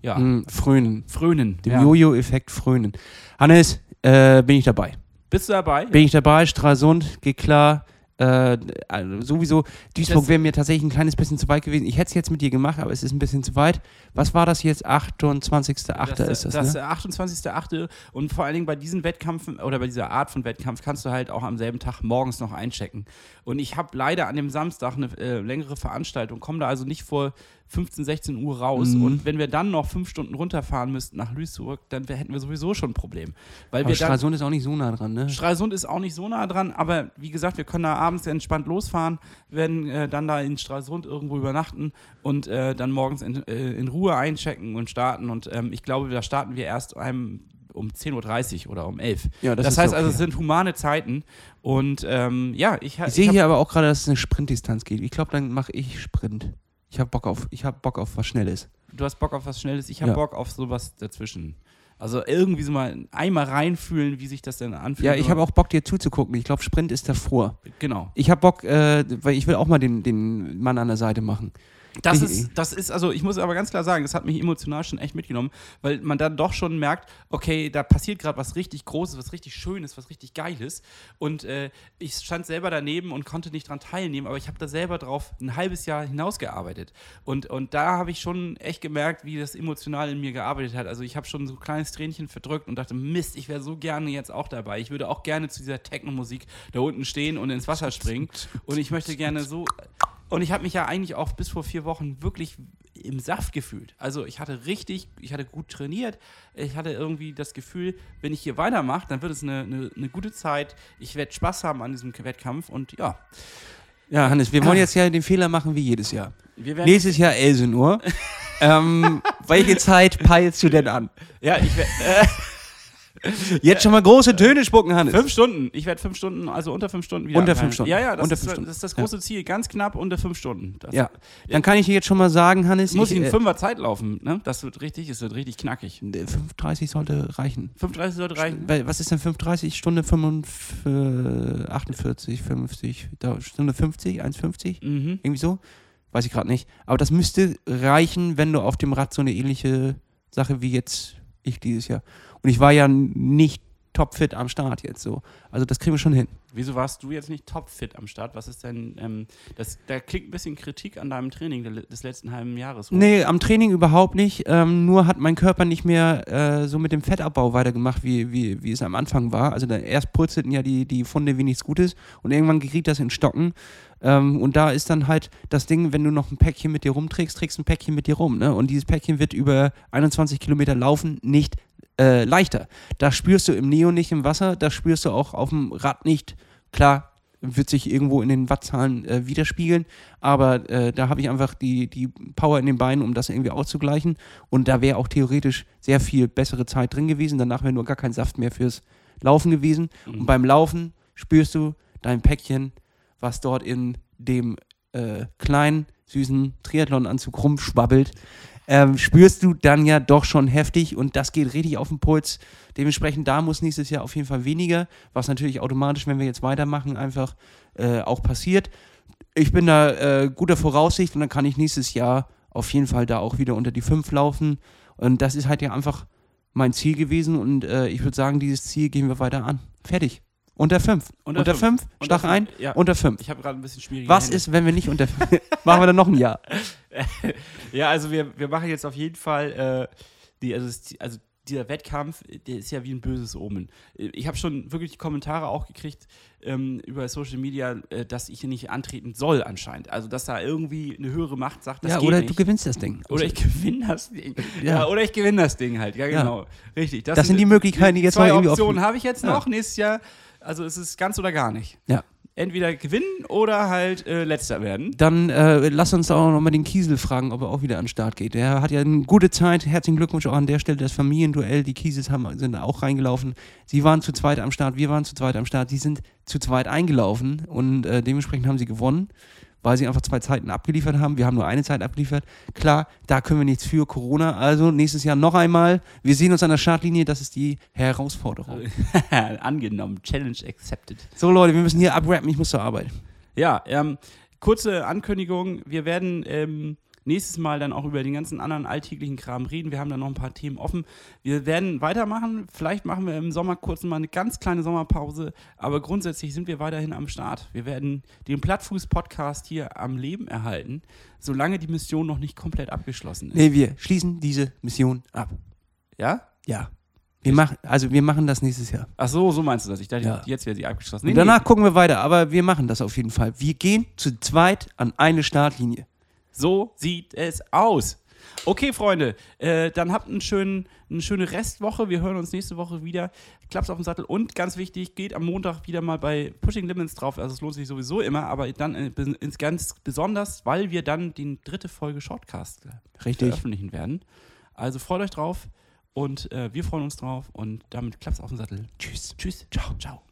frönen. Dem Jojo-Effekt frönen. Hannes, bin ich dabei. Bist du dabei? Bin ich dabei. Stralsund, geht klar. Sowieso, Duisburg wäre mir tatsächlich ein kleines bisschen zu weit gewesen. Ich hätte es jetzt mit dir gemacht, aber es ist ein bisschen zu weit. Was war das jetzt? 28.8. ist das, das ne? 28.8. Und vor allen Dingen bei diesen Wettkämpfen oder bei dieser Art von Wettkampf kannst du halt auch am selben Tag morgens noch einchecken. Und ich habe leider an dem Samstag eine längere Veranstaltung, komme da also nicht vor 15, 16 Uhr raus. Und wenn wir dann noch 5 Stunden runterfahren müssten nach Duisburg, dann hätten wir sowieso schon ein Problem. Aber Stralsund ist auch nicht so nah dran, ne? Stralsund ist auch nicht so nah dran, aber wie gesagt, wir können da abends entspannt losfahren, werden dann da in Stralsund irgendwo übernachten und dann morgens in Ruhe einchecken und starten. Und ich glaube, da starten wir erst um 10.30 Uhr oder um 11 Uhr. Ja, das heißt also, es sind humane Zeiten. Und ich sehe hier aber auch gerade, dass es eine Sprintdistanz geht. Ich glaube, dann mache ich Sprint. Ich habe Bock auf was Schnelles. Du hast Bock auf was Schnelles, ich habe Bock auf sowas dazwischen. Also irgendwie so mal einmal reinfühlen, wie sich das denn anfühlt. Ja, ich habe auch Bock, dir zuzugucken. Ich glaube, Sprint ist davor. Genau. Ich habe Bock, weil ich will auch mal den Mann an der Seite machen. Das ist, also ich muss aber ganz klar sagen, das hat mich emotional schon echt mitgenommen, weil man dann doch schon merkt, okay, da passiert gerade was richtig Großes, was richtig Schönes, was richtig Geiles und ich stand selber daneben und konnte nicht dran teilnehmen, aber ich habe da selber drauf ein halbes Jahr hinausgearbeitet und da habe ich schon echt gemerkt, wie das emotional in mir gearbeitet hat. Also ich habe schon so ein kleines Tränchen verdrückt und dachte, Mist, ich wäre so gerne jetzt auch dabei. Ich würde auch gerne zu dieser Techno-Musik da unten stehen und ins Wasser springen und ich möchte gerne so... Und ich habe mich ja eigentlich auch bis vor 4 Wochen wirklich im Saft gefühlt. Also ich hatte gut trainiert. Ich hatte irgendwie das Gefühl, wenn ich hier weitermache, dann wird es eine gute Zeit. Ich werde Spaß haben an diesem Wettkampf und ja. Ja, Hannes, wir wollen jetzt ja den Fehler machen wie jedes Jahr. Nächstes Jahr Elsenor. Welche Zeit peilst du denn an? Ja, Jetzt schon mal große Töne spucken, Hannes. 5 Stunden. Ich werde 5 Stunden, also unter 5 Stunden wieder. Unter 5 Stunden. Ja, das ist das große Ziel. Ganz knapp unter 5 Stunden. Dann kann ich dir jetzt schon mal sagen, Hannes. Muss ich in 5er Zeit laufen, ne? Es wird richtig knackig. 5,30 sollte reichen. 5,30 sollte reichen. Was ist denn 5,30? Stunde 48, 50, Stunde 50, 1,50? Irgendwie so? Weiß ich gerade nicht. Aber das müsste reichen, wenn du auf dem Rad so eine ähnliche Sache wie jetzt ich dieses Jahr. Und ich war ja nicht topfit am Start jetzt so. Also das kriegen wir schon hin. Wieso warst du jetzt nicht topfit am Start? Was ist denn, da klingt ein bisschen Kritik an deinem Training des letzten halben Jahres. Oder? Nee, am Training überhaupt nicht. Nur hat mein Körper nicht mehr so mit dem Fettabbau weitergemacht, wie es am Anfang war. Also erst purzelten ja die Funde wie nichts Gutes und irgendwann geriet das in Stocken. Und da ist dann halt das Ding, wenn du noch ein Päckchen mit dir rumträgst, trägst ein Päckchen mit dir rum. Ne? Und dieses Päckchen wird über 21 Kilometer laufen nicht leichter. Das spürst du im Neo nicht im Wasser, das spürst du auch auf dem Rad nicht. Klar, wird sich irgendwo in den Wattzahlen widerspiegeln, aber da habe ich einfach die Power in den Beinen, um das irgendwie auszugleichen. Und da wäre auch theoretisch sehr viel bessere Zeit drin gewesen. Danach wäre nur gar kein Saft mehr fürs Laufen gewesen. Und beim Laufen spürst du dein Päckchen, was dort in dem kleinen, süßen Triathlon-Anzug rumschwabbelt, spürst du dann ja doch schon heftig und das geht richtig auf den Puls. Dementsprechend, da muss nächstes Jahr auf jeden Fall weniger, was natürlich automatisch, wenn wir jetzt weitermachen, einfach auch passiert. Ich bin da guter Voraussicht und dann kann ich nächstes Jahr auf jeden Fall da auch wieder unter die 5 laufen und das ist halt ja einfach mein Ziel gewesen und ich würde sagen, dieses Ziel gehen wir weiter an. Fertig. Unter 5. Unter 5? Stach ein? Ja. Unter 5. Ich habe gerade ein bisschen schwierige Was Hände. ist, wenn wir nicht unter 5? Machen wir dann noch ein Jahr. Ja, also wir machen jetzt auf jeden Fall dieser Wettkampf, der ist ja wie ein böses Omen. Ich habe schon wirklich Kommentare auch gekriegt über Social Media, dass ich hier nicht antreten soll anscheinend. Also, dass da irgendwie eine höhere Macht sagt, das geht oder nicht. du gewinnst das Ding. Oder ich gewinne das Ding. Ja, oder ich gewinne das Ding halt. Ja, genau. Richtig. Das sind die Möglichkeiten, die jetzt 2 irgendwie Optionen habe ich jetzt noch nächstes Jahr. Also, es ist ganz oder gar nicht. Ja. Entweder gewinnen oder halt Letzter werden. Dann lass uns auch noch mal den Kiesel fragen, ob er auch wieder an den Start geht. Der hat ja eine gute Zeit. Herzlichen Glückwunsch auch an der Stelle. Das Familienduell, die Kiesels sind auch reingelaufen. Sie waren zu zweit am Start, wir waren zu zweit am Start. Sie sind zu zweit eingelaufen und dementsprechend haben sie gewonnen, weil sie einfach 2 Zeiten abgeliefert haben. Wir haben nur eine Zeit abgeliefert. Klar, da können wir nichts für Corona. Also nächstes Jahr noch einmal. Wir sehen uns an der Startlinie. Das ist die Herausforderung. Angenommen. Challenge accepted. So Leute, wir müssen hier abrappen. Ich muss zur Arbeit. Ja, kurze Ankündigung. Wir werden nächstes Mal dann auch über den ganzen anderen alltäglichen Kram reden. Wir haben da noch ein paar Themen offen. Wir werden weitermachen. Vielleicht machen wir im Sommer kurz mal eine ganz kleine Sommerpause. Aber grundsätzlich sind wir weiterhin am Start. Wir werden den Plattfuß-Podcast hier am Leben erhalten, solange die Mission noch nicht komplett abgeschlossen ist. Nee, wir schließen diese Mission ab. Ja? Ja. Wir machen das nächstes Jahr. Ach so, so meinst du das? Ich dachte, jetzt wäre sie abgeschlossen. Nee, danach gucken wir weiter, aber wir machen das auf jeden Fall. Wir gehen zu zweit an eine Startlinie. So sieht es aus. Okay, Freunde, dann habt eine schöne Restwoche. Wir hören uns nächste Woche wieder. Klaps auf den Sattel und ganz wichtig, geht am Montag wieder mal bei Pushing Limits drauf. Also es lohnt sich sowieso immer, aber dann ganz besonders, weil wir dann die 3. Folge Shortcast veröffentlichen werden. Also freut euch drauf und wir freuen uns drauf und damit Klaps auf den Sattel. Tschüss. Tschüss. Ciao. Ciao.